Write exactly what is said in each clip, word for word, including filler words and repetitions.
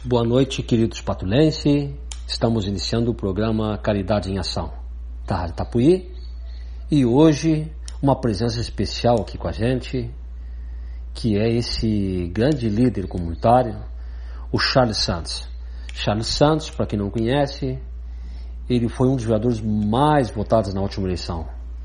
Boa noite, queridos patulenses. Estamos iniciando o programa Caridade em Ação da Rádio Itapuí e hoje uma presença especial aqui com a gente, que é esse grande líder comunitário, o Charles Santos. Charles Santos, para quem não conhece, ele foi um dos vereadores mais votados na última eleição,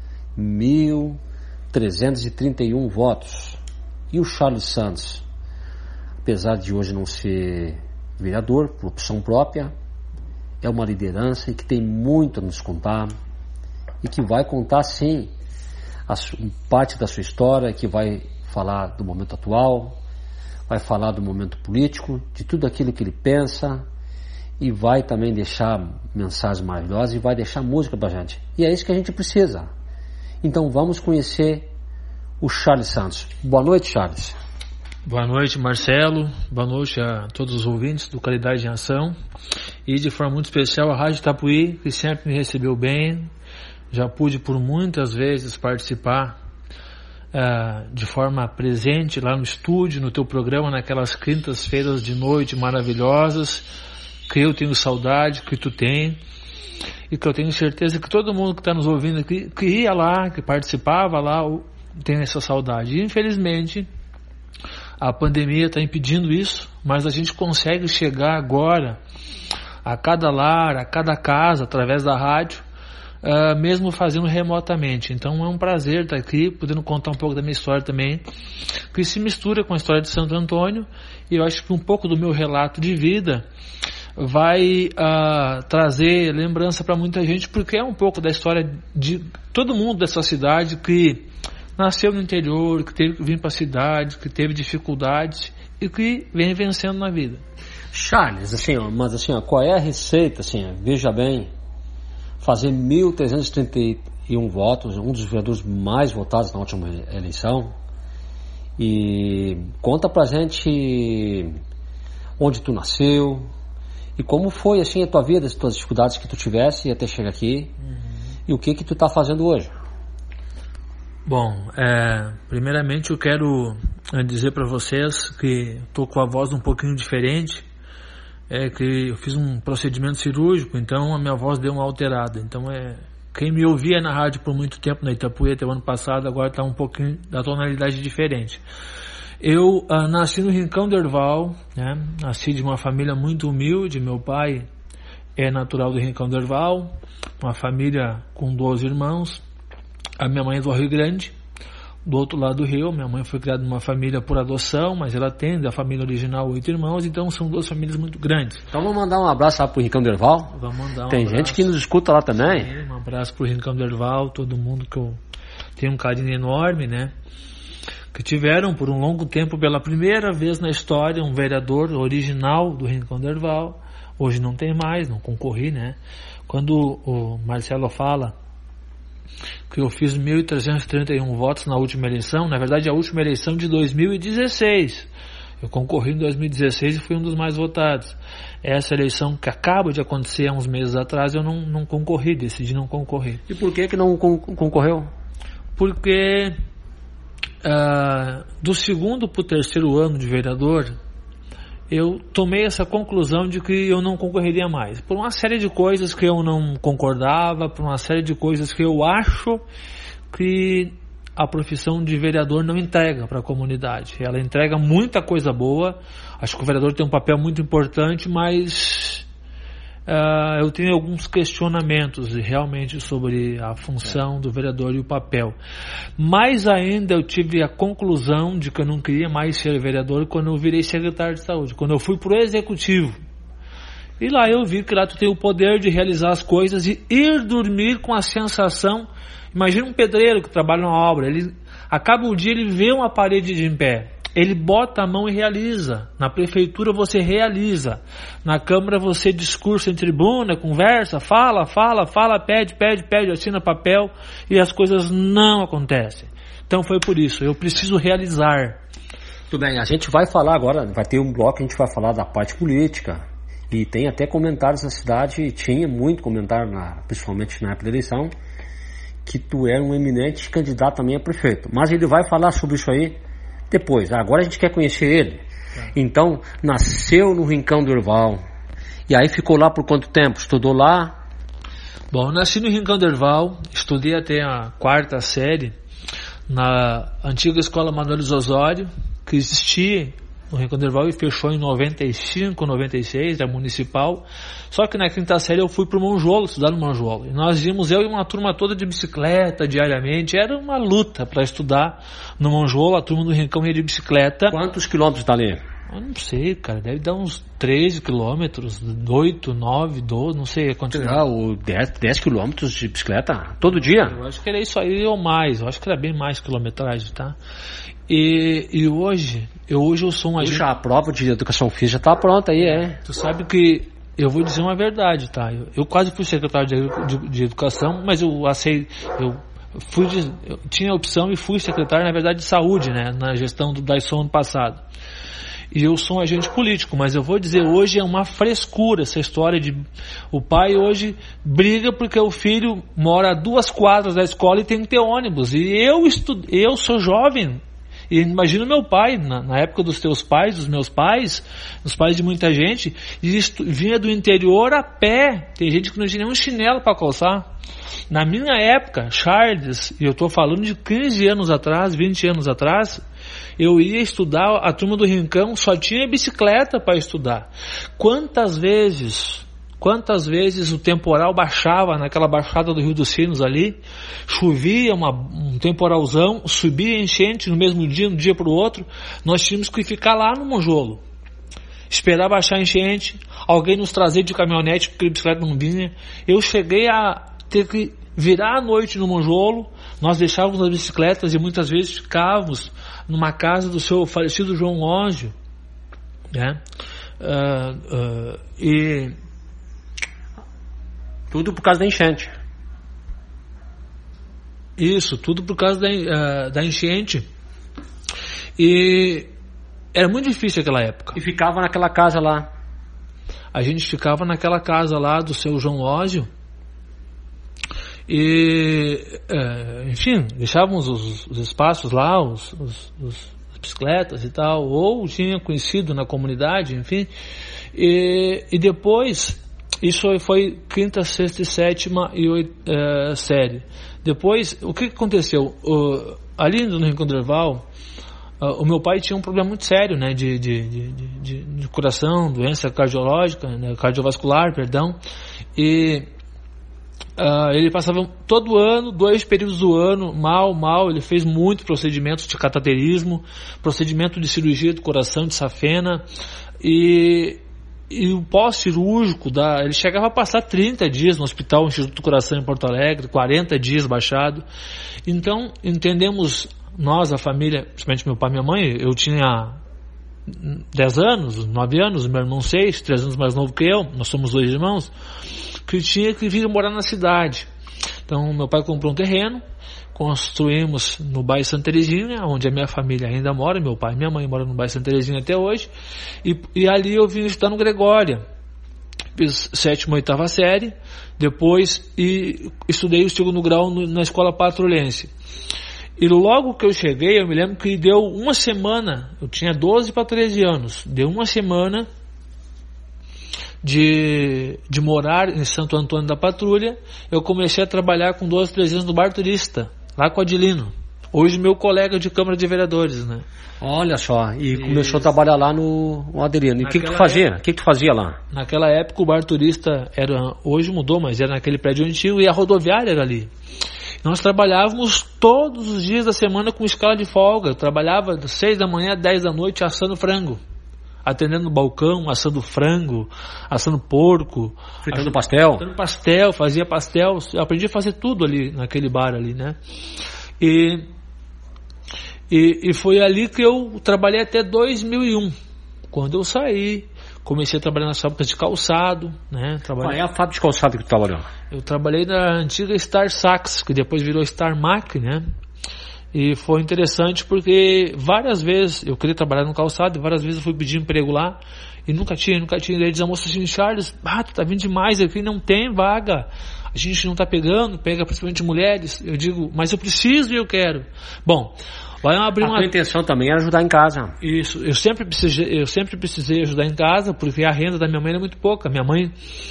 mil trezentos e trinta e um votos. E o Charles Santos, apesar de hoje não ser vereador por opção própria, é uma liderança e que tem muito a nos contar e que vai contar sim a parte da sua história, que vai falar do momento atual, vai falar do momento político, de tudo aquilo que ele pensa e vai também deixar mensagens maravilhosas e vai deixar música pra gente. E é isso que a gente precisa. Então vamos conhecer o Charles Santos. Boa noite, Charles. Boa noite, Marcelo. Boa noite a todos os ouvintes do Caridade em Ação. E de forma muito especial a Rádio Itapuí, que sempre me recebeu bem. Já pude por muitas vezes participar uh, de forma presente lá no estúdio, no teu programa, naquelas quintas-feiras de noite maravilhosas, que eu tenho saudade, que tu tem. E que eu tenho certeza que todo mundo que está nos ouvindo aqui, que ia lá, que participava lá, tem essa saudade. E infelizmente a pandemia está impedindo isso, mas a gente consegue chegar agora a cada lar, a cada casa, através da rádio, uh, mesmo fazendo remotamente. Então é um prazer estar aqui, podendo contar um pouco da minha história também, que se mistura com a história de Santo Antônio, e eu acho que um pouco do meu relato de vida vai uh, trazer lembrança para muita gente, porque é um pouco da história de todo mundo dessa cidade que nasceu no interior, que teve que vir para a cidade, que teve dificuldades e que vem vencendo na vida. Charles, assim, ó, mas assim, ó, qual é a receita, assim, ó, veja bem, fazer mil trezentos e trinta e um votos, um dos vereadores mais votados na última eleição, e conta pra gente onde tu nasceu e como foi, assim, a tua vida, as tuas dificuldades que tu tivesse até chegar aqui, uhum. E o que que tu tá fazendo hoje. Bom, é, primeiramente eu quero dizer para vocês que estou com a voz um pouquinho diferente, é que eu fiz um procedimento cirúrgico, então a minha voz deu uma alterada. Então é, quem me ouvia na rádio por muito tempo na Itapuí até o ano passado, agora está um pouquinho da tonalidade diferente. Eu ah, nasci no Rincão do Herval, né? Nasci de uma família muito humilde. Meu pai é natural do Rincão do Herval, uma família com doze irmãos. A minha mãe é do Rio Grande, do outro lado do rio. Minha mãe foi criada numa família por adoção, mas ela tem da família original oito irmãos, então são duas famílias muito grandes. Então vamos mandar um abraço lá pro Rincão do Herval. Vamos mandar um Tem abraço. Gente que nos escuta lá também. Sim, um abraço pro Rincão do Herval, todo mundo que eu tenho um carinho enorme, né? Que tiveram por um longo tempo, pela primeira vez na história, um vereador original do Rincão do Herval. Hoje não tem mais, não concorri, né? Quando o Marcelo fala que eu fiz mil trezentos e trinta e um votos na última eleição, na verdade a última eleição de dois mil e dezesseis, eu concorri em dois mil e dezesseis e fui um dos mais votados. Essa eleição que acaba de acontecer há uns meses atrás, eu não, não concorri, decidi não concorrer. E por que que não con- concorreu? Porque uh, do segundo para o terceiro ano de vereador, eu tomei essa conclusão de que eu não concorreria mais. Por uma série de coisas que eu não concordava, por uma série de coisas que eu acho que a profissão de vereador não entrega para a comunidade. Ela entrega muita coisa boa, acho que o vereador tem um papel muito importante, mas uh, eu tenho alguns questionamentos realmente sobre a função do vereador e o papel. Mais ainda eu tive a conclusão de que eu não queria mais ser vereador quando eu virei secretário de saúde, quando eu fui para o executivo. E lá eu vi que lá tu tem o poder de realizar as coisas e ir dormir com a sensação. Imagina um pedreiro que trabalha numa obra, ele acaba um dia, ele vê uma parede de em pé, ele bota a mão e realiza. Na prefeitura você realiza, na Câmara você discursa em tribuna, conversa, fala, fala, fala, pede, pede, pede, assina papel e as coisas não acontecem. Então foi por isso, eu preciso realizar. Tudo bem, a gente vai falar agora, vai ter um bloco que a gente vai falar da parte política e tem até comentários na cidade, tinha muito comentário, na, principalmente na época da eleição, que tu era um eminente candidato também a prefeito. Mas ele vai falar sobre isso aí depois. Agora a gente quer conhecer ele. Então, nasceu no Rincão do Herval. E aí ficou lá por quanto tempo? Estudou lá? Bom, nasci no Rincão do Herval, estudei até a quarta série na antiga Escola Manuel Osório, que existia no Rincão do Herval e fechou em noventa e cinco, noventa e seis, era municipal. Só que na quinta série eu fui para o Monjolo, estudar no Monjolo. E nós íamos, eu e uma turma toda de bicicleta diariamente. Era uma luta para estudar no Monjolo, a turma do Rincão ia de bicicleta. Quantos quilômetros dali? Eu não sei, cara, deve dar uns treze quilômetros, oito, nove, doze, não sei quanto. Ah, o dez quilômetros de bicicleta todo dia? Eu acho que era isso aí ou mais, eu acho que era bem mais quilometragem, tá? E, e hoje, eu, hoje eu sou um agente... Puxa, a prova de educação física já tá pronta aí, é? Tu sabe que, eu vou dizer uma verdade, tá? Eu, eu quase fui secretário de, de, de educação, mas eu aceitei, eu fui, de, eu tinha a opção e fui secretário, na verdade, de saúde, né? Na gestão do Daison ano passado. E eu sou um agente político, mas eu vou dizer, hoje é uma frescura essa história de... O pai hoje briga porque o filho mora a duas quadras da escola e tem que ter ônibus. E eu, estu... eu sou jovem, e imagina o meu pai, na, na época dos teus pais, dos meus pais, dos pais de muita gente, e estu... vinha do interior a pé. Tem gente que não tinha nenhum chinelo para calçar. Na minha época, Charles, e eu estou falando de quinze anos atrás, vinte anos atrás... Eu ia estudar, a turma do Rincão só tinha bicicleta para estudar. Quantas vezes, quantas vezes o temporal baixava naquela baixada do Rio dos Sinos ali, chovia uma, um temporalzão, subia enchente no mesmo dia, um dia para o outro, nós tínhamos que ficar lá no Monjolo. Esperar baixar a enchente, alguém nos trazer de caminhonete porque a bicicleta não vinha. Eu cheguei a ter que virar a noite no Monjolo, nós deixávamos as bicicletas e muitas vezes ficávamos numa casa do seu falecido João Ósio, né? Uh, uh, e tudo por causa da enchente. Isso, tudo por causa da, uh, da enchente. E era muito difícil aquela época. E ficava naquela casa lá. A gente ficava naquela casa lá do seu João Ósio. E, é, enfim, deixávamos os, os espaços lá, os, os, os, as bicicletas e tal, ou tinha conhecido na comunidade, enfim. E, e depois, isso foi quinta, sexta e sétima e oito, é, série. Depois, o que aconteceu? O, ali no Rincão do Herval, o meu pai tinha um problema muito sério, né, de, de, de, de, de coração, doença cardiológica, né, cardiovascular, perdão, e Uh, ele passava todo ano, dois períodos do ano, mal, mal, ele fez muitos procedimentos de cateterismo, procedimento de cirurgia do coração, de safena, e, e o pós-cirúrgico, da, ele chegava a passar trinta dias no hospital, Instituto do Coração em Porto Alegre, quarenta dias baixado. Então, entendemos, nós, a família, principalmente meu pai e minha mãe, eu tinha dez anos, nove anos, meu irmão seis, três anos mais novo que eu, nós somos dois irmãos, que tinha que vir morar na cidade. Então meu pai comprou um terreno, construímos no bairro Santa Terezinha, onde a minha família ainda mora, meu pai e minha mãe moram no bairro Santa Terezinha até hoje, e, e ali eu vim estudar no Gregória. Fiz sétima e oitava série, depois e estudei o segundo grau no, na escola patrulhense. E logo que eu cheguei, eu me lembro que deu uma semana, eu tinha doze para treze anos, deu uma semana De, de morar em Santo Antônio da Patrulha, eu comecei a trabalhar com doze, treze anos no Bar Turista, lá com o Adilino, hoje meu colega de Câmara de Vereadores, né? Olha só, e, e começou a trabalhar lá no, no Adilino. E o que, que tu fazia? O que, que tu fazia lá? Naquela época o Bar Turista era, hoje mudou, mas era naquele prédio antigo e a rodoviária era ali. Nós trabalhávamos todos os dias da semana com escala de folga. Eu trabalhava das seis da manhã às dez da noite assando frango, atendendo no balcão, assando frango, assando porco, fritando pastel, fritando pastel, fazia pastel, eu aprendi a fazer tudo ali naquele bar ali, né? E, e, e foi ali que eu trabalhei até dois mil e um, quando eu saí, comecei a trabalhar nas fábricas de calçado, né? Trabalhei... Qual é a fábrica de calçado que tu trabalhou? Eu trabalhei na antiga Star Sax, que depois virou Star Mac, né? E foi interessante porque várias vezes eu queria trabalhar no calçado, e várias vezes eu fui pedir emprego lá e nunca tinha, nunca tinha. Daí diz a moça assim: Charles, ah, tu tá vindo demais aqui, não tem vaga, a gente não tá pegando, pega principalmente mulheres. Eu digo, mas eu preciso e eu quero. Bom, Vai abrir a uma... tua intenção também era ajudar em casa. Isso, eu sempre precisei, eu sempre precisei ajudar em casa, porque a renda da minha mãe era muito pouca. Minha mãe,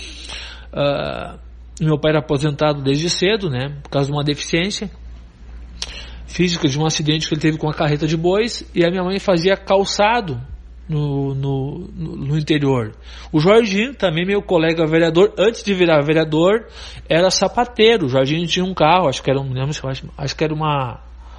uh, meu pai era aposentado desde cedo, né, por causa de uma deficiência física, de um acidente que ele teve com a carreta de bois, e a minha mãe fazia calçado no, no, no, no interior. O Jorginho, também meu colega vereador, antes de virar vereador, era sapateiro. O Jorginho tinha um carro, acho que era um, acho, acho que era uma,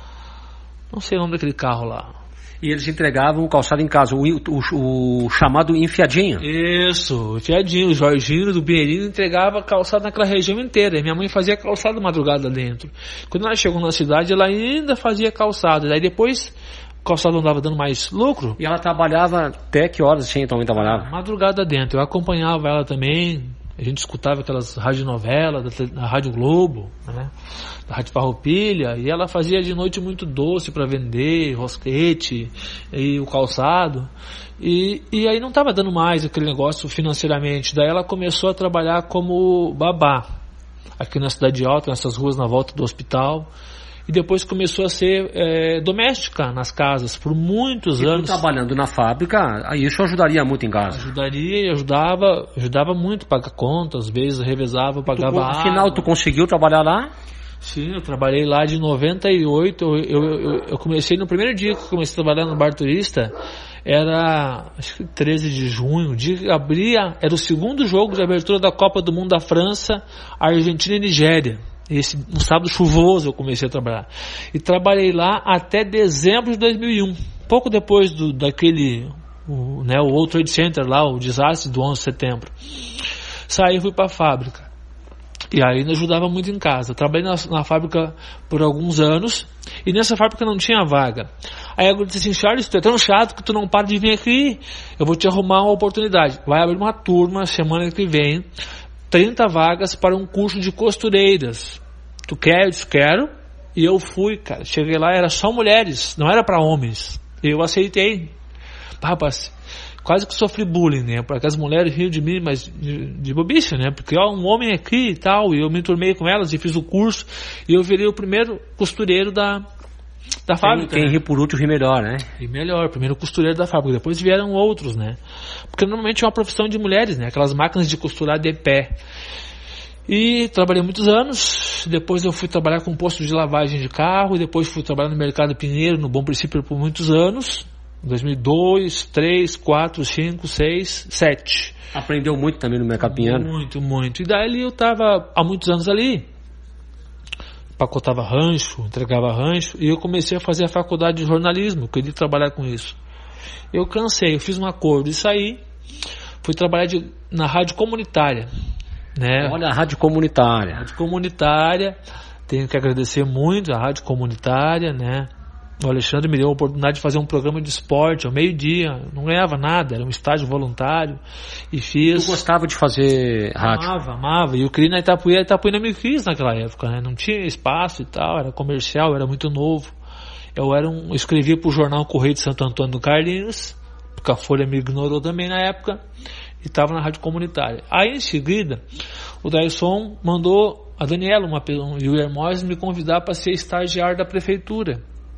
não sei o nome daquele carro lá. E eles entregavam o calçado em casa, o, o, o chamado enfiadinho. Isso, enfiadinho. O Jorginho do Pinheirinho entregava calçado naquela região inteira. E minha mãe fazia calçado madrugada dentro. Quando ela chegou na cidade, ela ainda fazia calçado. Daí depois, o calçado não estava dando mais lucro. E ela trabalhava até que horas assim, tua mãe trabalhava? Madrugada dentro. Eu acompanhava ela também. A gente escutava aquelas radionovelas da, da Rádio Globo, né? Da Rádio Farroupilha, e ela fazia de noite muito doce para vender, rosquete e o calçado, e, e aí não estava dando mais aquele negócio financeiramente. Daí ela começou a trabalhar como babá aqui na Cidade Alta, nessas ruas na volta do hospital, e depois começou a ser é, doméstica nas casas por muitos e anos. Tu trabalhando na fábrica, isso ajudaria muito em casa? Ajudaria e ajudava, ajudava muito, pagar contas, às vezes revezava, pagava tu, água. Afinal, tu conseguiu trabalhar lá? Sim, eu trabalhei lá de noventa e oito, eu, eu, eu, eu comecei no primeiro dia que eu comecei a trabalhar no Bar Turista, era acho que treze de junho, o dia que abria, era o segundo jogo de abertura da Copa do Mundo da França, Argentina e Nigéria. Esse, um sábado chuvoso eu comecei a trabalhar. E trabalhei lá até dezembro de dois mil e um. Pouco depois do, daquele, o, né, o World Trade Center lá, o desastre do onze de setembro. Saí e fui para a fábrica. E aí ainda ajudava muito em casa. Trabalhei na, na fábrica por alguns anos. E nessa fábrica não tinha vaga. Aí eu disse assim: Charles, tu é tão chato que tu não para de vir aqui. Eu vou te arrumar uma oportunidade. Vai abrir uma turma semana que vem. trinta vagas para um curso de costureiras. Tu quer? Eu disse, quero. E eu fui, cara. Cheguei lá, era só mulheres, não era para homens. Eu aceitei. Rapaz, quase que sofri bullying, né? Porque as mulheres riam de mim, mas de, de bobice, né? Porque ó, um homem aqui e tal. E eu me enturmei com elas e fiz o curso. E eu virei o primeiro costureiro da, da fábrica. Quem, quem ri por último ri melhor, né? E melhor, primeiro costureiro da fábrica. Depois vieram outros, né? Porque normalmente é uma profissão de mulheres, né? Aquelas máquinas de costurar de pé. E trabalhei muitos anos. Depois eu fui trabalhar com posto de lavagem de carro. E depois fui trabalhar no Mercado Pinheiro, no Bom Princípio, por muitos anos. dois mil e dois, três, quatro, cinco, seis, sete. Aprendeu muito também no Mercado Pinheiro? Muito, muito. E daí eu estava há muitos anos ali. Pacotava rancho, entregava rancho. E eu comecei a fazer a faculdade de jornalismo. Queria trabalhar com isso. Eu cansei, eu fiz um acordo e saí. Fui trabalhar de, na rádio comunitária, né? Olha, a rádio comunitária. Rádio comunitária, tenho que agradecer muito a rádio comunitária, né? O Alexandre me deu a oportunidade de fazer um programa de esporte ao meio-dia, não ganhava nada, era um estágio voluntário e fiz. Tu gostava de fazer rádio? Amava, amava. E eu queria na Itapuí, a Itapuí não me quis naquela época, né? Não tinha espaço e tal, era comercial, era muito novo. Eu era um, eu escrevia para o jornal Correio de Santo Antônio do Carlinhos, porque a Folha me ignorou também na época, e estava na rádio comunitária. Aí em seguida, o Daisson mandou a Daniela uma, e o Hermógenes me convidar para ser estagiário da prefeitura.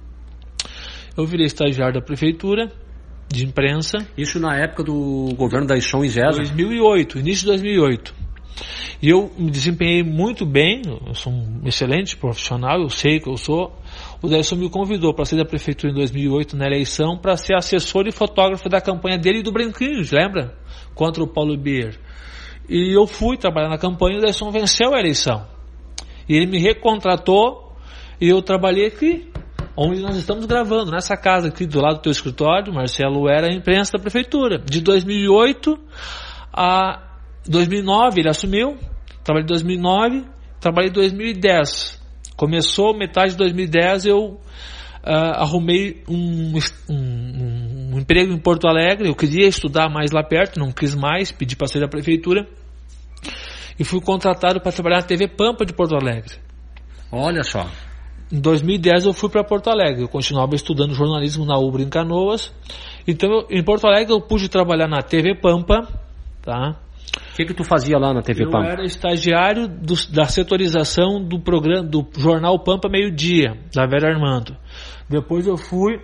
Eu virei estagiário da prefeitura, de imprensa. Isso na época do governo Daisson e Zesa? dois mil e oito, início de dois mil e oito. E eu me desempenhei muito bem, eu sou um excelente profissional, eu sei que eu sou. O Daisson me convidou para ser da prefeitura em dois mil e oito na eleição para ser assessor e fotógrafo da campanha dele e do Branquinhos, lembra? Contra o Paulo Bier. E eu fui trabalhar na campanha e o Daisson venceu a eleição. E ele me recontratou e eu trabalhei aqui, onde nós estamos gravando, nessa casa aqui do lado do teu escritório. Marcelo era a imprensa da prefeitura. De dois mil e oito a dois mil e nove ele assumiu, trabalhei em dois mil e nove, trabalhei em dois mil e dez. Começou metade de dois mil e dez, eu uh, arrumei um, um, um emprego em Porto Alegre. Eu queria estudar mais lá perto, não quis mais, pedi para sair da prefeitura. E fui contratado para trabalhar na T V Pampa de Porto Alegre. Olha só. Em dois mil e dez eu fui para Porto Alegre. Eu continuava estudando jornalismo na Ubra em Canoas. Então eu, em Porto Alegre eu pude trabalhar na T V Pampa, tá? O que que tu fazia lá na T V eu Pampa? Eu era estagiário do, da setorização do programa do jornal Pampa Meio Dia, da Vera Armando. Depois eu fui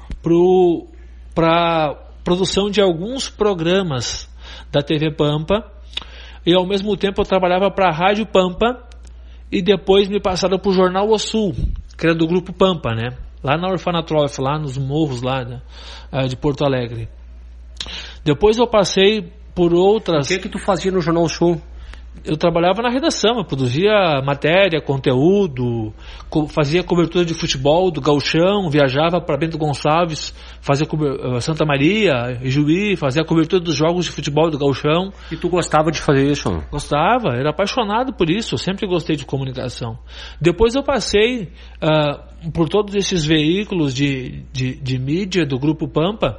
para produção de alguns programas da T V Pampa, e ao mesmo tempo eu trabalhava para a Rádio Pampa, e depois me passaram para o Jornal O Sul, que era do Grupo Pampa, né? Lá na Orfanatrof, lá nos morros lá, né? De Porto Alegre. Depois eu passei por outras... O que que tu fazia no Jornal Sul? Eu trabalhava na redação, eu produzia matéria, conteúdo, co- fazia cobertura de futebol do Gauchão, viajava para Bento Gonçalves, fazia cober- Santa Maria, Juí, fazia cobertura dos jogos de futebol do Gauchão. E tu gostava de fazer isso? Gostava, era apaixonado por isso, eu sempre gostei de comunicação. Depois eu passei uh, por todos esses veículos de, de, de mídia do Grupo Pampa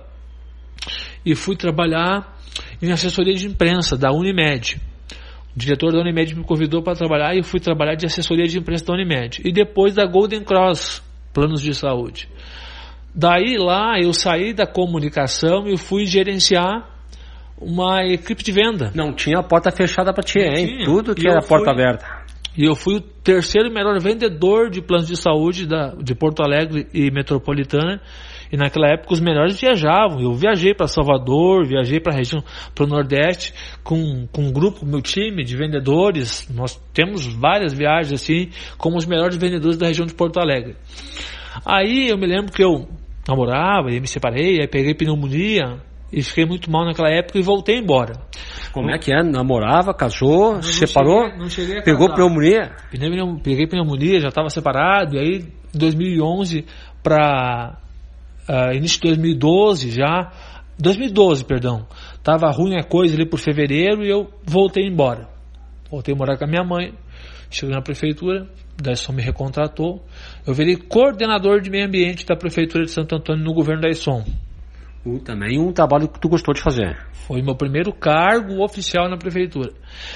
e fui trabalhar em assessoria de imprensa da Unimed. O diretor da Unimed me convidou para trabalhar e eu fui trabalhar de assessoria de imprensa da Unimed. E depois da Golden Cross, planos de saúde. Daí lá eu saí da comunicação e fui gerenciar uma equipe de venda. Não tinha a porta fechada para ti, hein? Tinha. Tudo que E era eu porta fui- aberta. E eu fui o terceiro melhor vendedor de planos de saúde da, de Porto Alegre e Metropolitana. E naquela época os melhores viajavam. Eu viajei para Salvador, viajei para a região, para o Nordeste, com, com um grupo, meu time de vendedores. Nós temos várias viagens assim, como os melhores vendedores da região de Porto Alegre. Aí eu me lembro que eu namorava, e me separei, aí peguei pneumonia e fiquei muito mal naquela época e voltei embora. Como é que é? Namorava, casou, não se separou, cheguei- não cheguei a pegou casar. pneumonia. Pneumonia- Peguei pneumonia, já estava separado, e aí em dois mil e onze para uh, início de dois mil e doze já, dois mil e doze, perdão, estava ruim a coisa ali por fevereiro e eu voltei embora. Voltei a morar com a minha mãe, cheguei na prefeitura, daí só me recontratou. Eu virei coordenador de meio ambiente da prefeitura de Santo Antônio no governo da Essom. Uh, também um trabalho que tu gostou de fazer. Foi meu primeiro cargo oficial na prefeitura.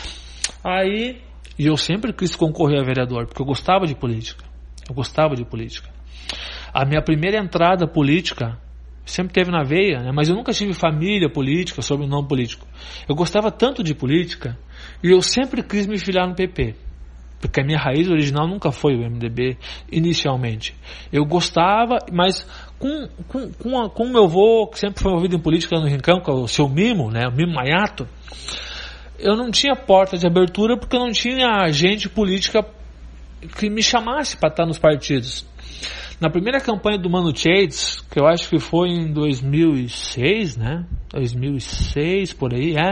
Aí, e eu sempre quis concorrer a vereador, porque eu gostava de política. Eu gostava de política. A minha primeira entrada política sempre teve na veia, né? Mas eu nunca tive família política, sobrenome político. Eu gostava tanto de política e eu sempre quis me filiar no P P. Porque a minha raiz original nunca foi o M D B, inicialmente. Eu gostava, mas com, com, com, a, com o meu avô, que sempre foi envolvido em política no Rincão, que é o seu Mimo, né, o Mimo Maiato, eu não tinha porta de abertura porque eu não tinha agente política que me chamasse para estar nos partidos. Na primeira campanha do Mano Chades, que eu acho que foi em dois mil e seis, né, dois mil e seis, por aí, é,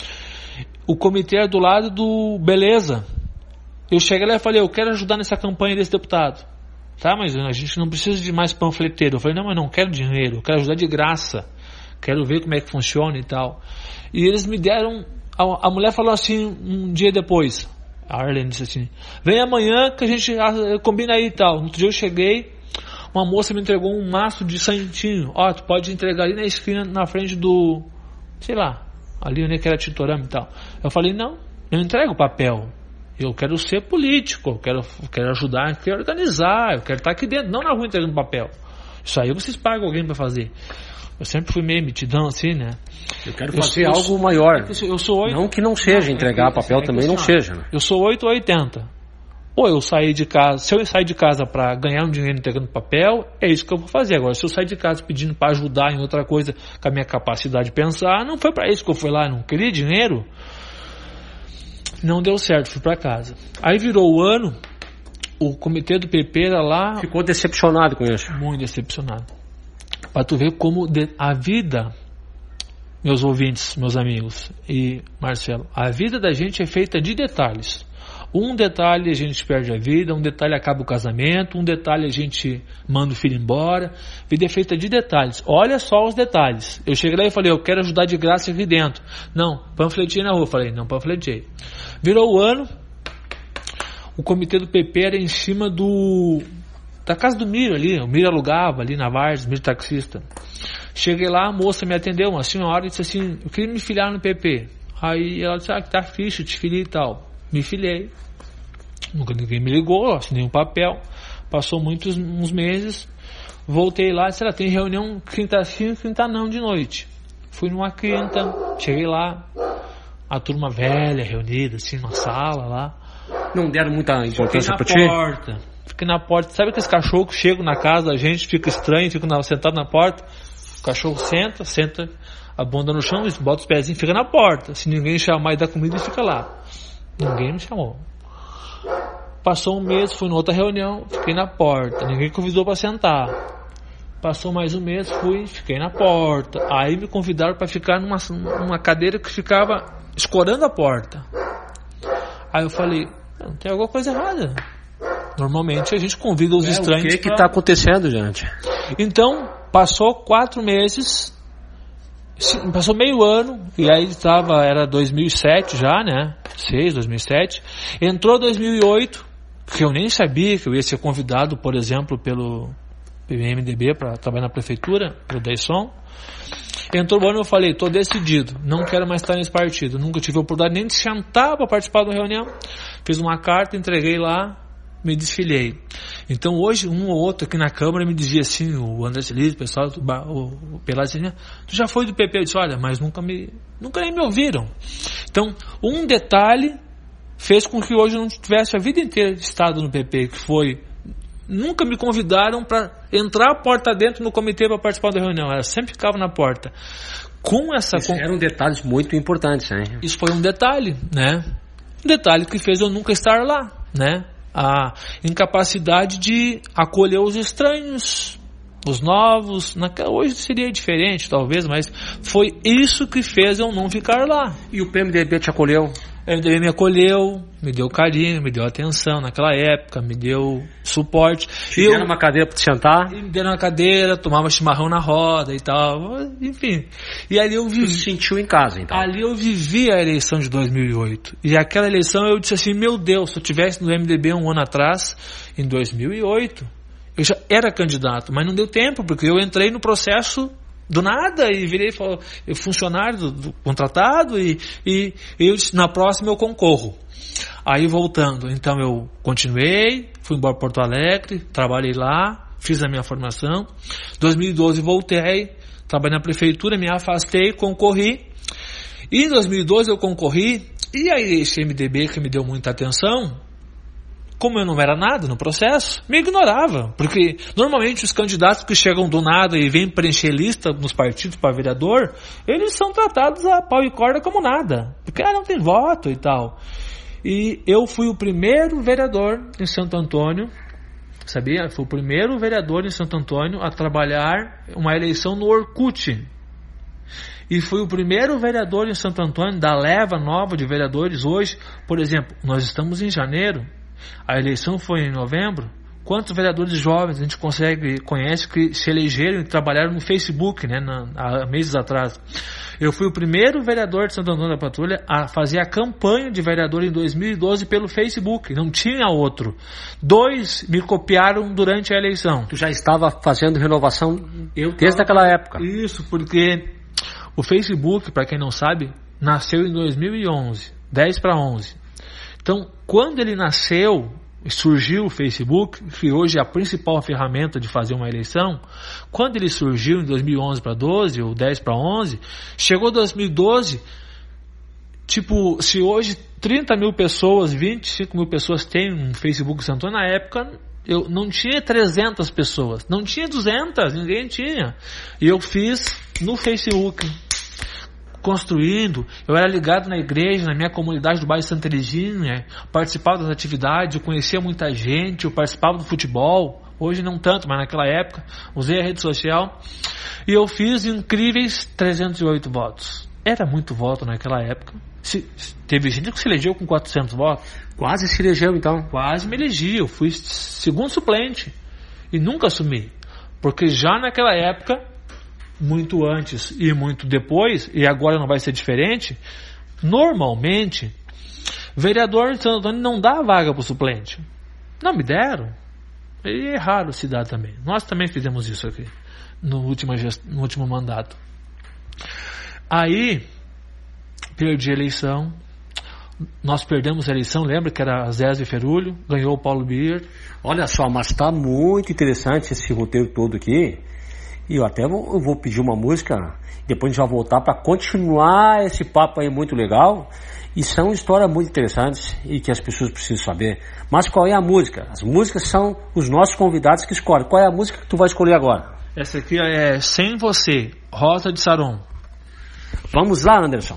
o comitê era do lado do Beleza. Eu cheguei lá e falei, eu quero ajudar nessa campanha desse deputado. Tá, mas a gente não precisa de mais panfleteiro. Eu falei, não, mas não quero dinheiro, eu quero ajudar de graça. Quero ver como é que funciona e tal. E eles me deram... A, a mulher falou assim, um dia depois, a Arlene disse assim, vem amanhã que a gente a, combina aí e tal. No outro dia eu cheguei, uma moça me entregou um maço de santinho. Ó, tu pode entregar ali na esquina, na frente do... Sei lá, ali onde é que era Titorama e tal. Eu falei, não, eu não entrego papel. Eu quero ser político, eu quero, eu quero ajudar, eu quero organizar, eu quero estar aqui dentro, não na rua entregando papel. Isso aí vocês pagam alguém para fazer. Eu sempre fui meio metidão assim, né? Eu quero Eu fazer sou- algo maior. É que eu sou oito- Não que não seja, Não, é entregar que- papel é que também assim, não ó, seja. Né? Eu sou oito ou oitenta. Ou eu saí de casa, se eu sair de casa para ganhar um dinheiro entregando papel, é isso que eu vou fazer. Agora, se eu sair de casa pedindo para ajudar em outra coisa com a minha capacidade de pensar, não foi para isso que eu fui lá, não queria dinheiro. Não deu certo, fui para casa. Aí virou o ano, o comitê do P P era lá, Ficou decepcionado com isso. muito decepcionado. Para tu ver como de- a vida, meus ouvintes, meus amigos e Marcelo, a vida da gente é feita de detalhes. Um detalhe a gente perde a vida, um detalhe acaba o casamento, um detalhe a gente manda o filho embora. A vida é feita de detalhes. Olha só os detalhes. Eu cheguei lá e falei, eu quero ajudar de graça aqui dentro. Não, panfletei na rua. Falei, não panfletei. Virou o ano, o comitê do P P era em cima do da casa do Miro ali. O Miro alugava ali na Vargas, Miro taxista. Cheguei lá, a moça me atendeu, uma senhora, e disse assim, eu queria me filiar no P P. Aí ela disse, ah, que tá ficha, te filiei e tal. Me filiei. Nunca ninguém me ligou, assinei um papel. Passou muitos uns meses. Voltei lá e disse, ela tem reunião quinta sim, quinta não de noite. Fui numa quinta, cheguei lá. a turma velha reunida, assim, numa sala lá. Não deram muita importância pra ti? Fiquei na porta. Fiquei na porta. Sabe aqueles cachorros que chegam na casa da gente, fica estranho, fica sentado na porta? O cachorro senta, senta a bunda no chão, bota os pezinhos e fica na porta. Se ninguém chamar e dar comida, ele fica lá. Ninguém me chamou. Passou um mês, fui em outra reunião, fiquei na porta. Ninguém convidou para sentar. Passou mais um mês, fui, fiquei na porta. Aí me convidaram para ficar numa, numa cadeira que ficava escorando a porta. Aí eu falei, não, tem alguma coisa errada. Normalmente a gente convida os é, estranhos. O que pra... que tá acontecendo, gente? Então, passou quatro meses, passou meio ano, e aí estava, era dois mil e sete já, né? seis, dois mil e sete. Entrou dois mil e oito, que eu nem sabia que eu ia ser convidado, por exemplo, pelo P M D B para trabalhar na prefeitura, pelo Deisson. Entrou o ano e eu falei, estou decidido, não quero mais estar nesse partido. Nunca tive a oportunidade nem de sentar para participar da reunião. Fiz uma carta, entreguei lá, me desfilei. Então hoje um ou outro aqui na Câmara me dizia assim, o André Celiz, o pessoal, o, o Pelado, assim, tu já foi do P P? Eu disse, olha, mas nunca me, nunca nem me ouviram. Então um detalhe fez com que hoje eu não tivesse a vida inteira estado no P P, que foi, nunca me convidaram para entrar a porta dentro no comitê para participar da reunião. Eu sempre ficava na porta. Com essa Isso eram detalhes muito importantes, hein? Isso foi um detalhe, né? Um detalhe que fez eu nunca estar lá, né? A incapacidade de acolher os estranhos, os novos. Naquela, hoje seria diferente, talvez, mas foi isso que fez eu não ficar lá. E o P M D B te acolheu? O P M D B me acolheu, me deu carinho, me deu atenção naquela época, me deu suporte. Te deram uma cadeira para te sentar? Me deram uma cadeira, tomava chimarrão na roda e tal, enfim. E ali eu vivi. Tu se sentiu em casa, então? Ali eu vivi a eleição de dois mil e oito. E aquela eleição eu disse assim, meu Deus, se eu tivesse no M D B um ano atrás, em dois mil e oito, eu já era candidato, mas não deu tempo, porque eu entrei no processo do nada e virei funcionário do, do contratado e, e, e eu disse, na próxima eu concorro. Aí voltando, então eu continuei, fui embora para Porto Alegre, trabalhei lá, fiz a minha formação. dois mil e doze voltei, trabalhei na prefeitura, me afastei, concorri. E em dois mil e doze eu concorri, e aí esse M D B que me deu muita atenção, como eu não era nada no processo, me ignorava. Porque normalmente os candidatos que chegam do nada e vêm preencher lista nos partidos para vereador, eles são tratados a pau e corda como nada. Porque ah, não tem voto e tal. E eu fui o primeiro vereador em Santo Antônio, sabia? Fui o primeiro vereador em Santo Antônio a trabalhar uma eleição no Orkut. E fui o primeiro vereador em Santo Antônio da leva nova de vereadores. Hoje, por exemplo, nós estamos em janeiro, a eleição foi em novembro. Quantos vereadores jovens a gente consegue, conhece que se elegeram e trabalharam no Facebook, né, na, há meses atrás? Eu fui o primeiro vereador de Santo Antônio da Patrulha a fazer a campanha de vereador em dois mil e doze pelo Facebook. Não tinha outro. Dois me copiaram durante a eleição. Tu já estava fazendo renovação Eu desde tava, aquela época? Isso, porque o Facebook, para quem não sabe, nasceu em dois mil e onze, dez para onze. Então, quando ele nasceu, surgiu o Facebook, que hoje é a principal ferramenta de fazer uma eleição. Quando ele surgiu em dois mil e onze para doze, ou dez para onze, chegou dois mil e doze, tipo, se hoje trinta mil pessoas, vinte e cinco mil pessoas têm um Facebook Santo Antônio, na época eu não tinha trezentas pessoas, não tinha duzentas, ninguém tinha. E eu fiz no Facebook, construindo. Eu era ligado na igreja, na minha comunidade do bairro Santa Regina, participava das atividades, eu conhecia muita gente, eu participava do futebol, hoje não tanto, mas naquela época usei a rede social e eu fiz incríveis trezentos e oito votos. Era muito voto naquela época. Se, teve gente que se elegeu com quatrocentos votos. Quase se elegeu, então. Quase me elegi, eu fui segundo suplente e nunca assumi, porque já naquela época, muito antes e muito depois, e agora não vai ser diferente, normalmente vereador de Santo Antônio não dá vaga para o suplente. Não me deram. E é raro se dar também. Nós também fizemos isso aqui no último, no último mandato. Aí perdi a eleição. Nós perdemos a eleição, lembra que era Zézio Ferulho, ganhou o Paulo Bier. Olha só, mas está muito interessante esse roteiro todo aqui. E eu até vou, eu vou pedir uma música, depois a gente vai voltar para continuar esse papo aí muito legal. E são histórias muito interessantes e que as pessoas precisam saber. Mas qual é a música? As músicas são os nossos convidados que escolhem. Qual é a música que tu vai escolher agora? Essa aqui é Sem Você, Rosa de Saron. Vamos lá, Anderson.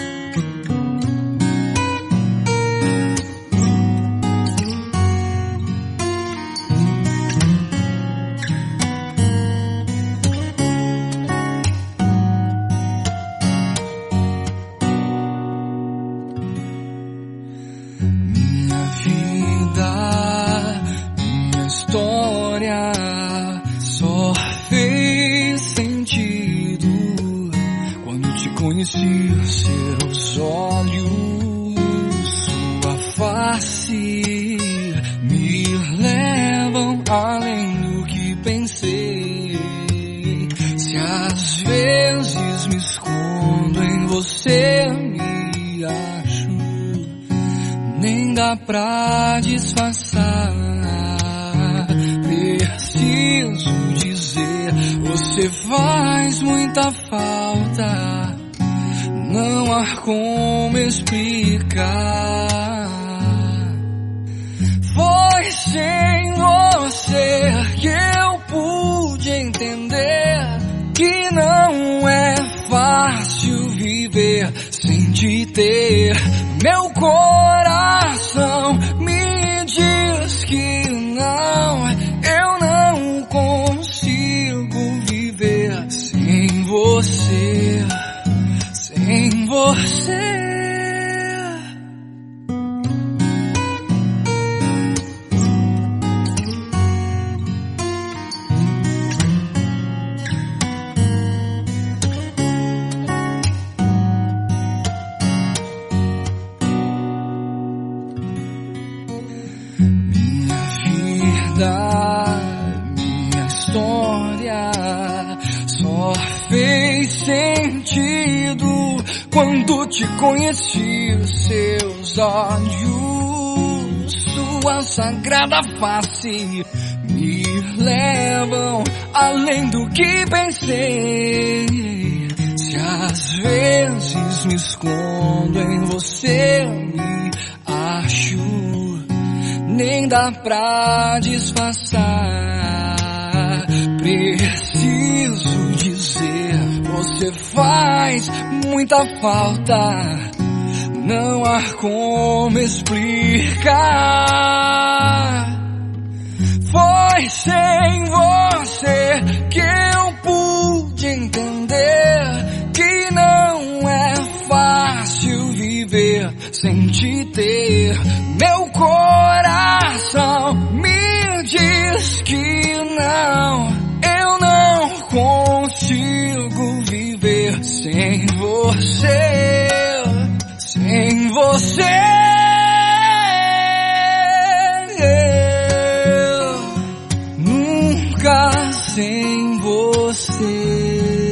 Conheci seus olhos, sua face me levam além do que pensei. Se às vezes me escondo em você, me acho, nem dá pra disfarçar. Preciso dizer, você faz muita falta. Não há como explicar. Foi sem você que eu pude entender que não é fácil viver sem te ter. Meu coração me diz que não, eu não consigo viver sem você. Sem você. Minha vida, minha história só fez sentido quando te conheci. Seus olhos, sua sagrada face me levam além do que pensei. Se às vezes me escondo em você, me acho, nem dá pra disfarçar. Preciso dizer, você faz muita falta. Não há como explicar. Foi sem você que eu pude entender que não é fácil viver sem te ter. Meu coração me diz que não, eu não consigo viver sem você, sem você. Nunca sem você.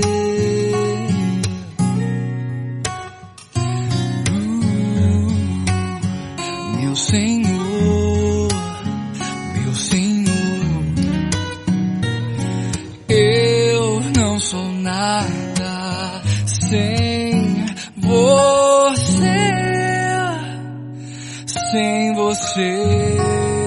Uh, meu Senhor, meu Senhor, eu não sou nada sem você, sem você.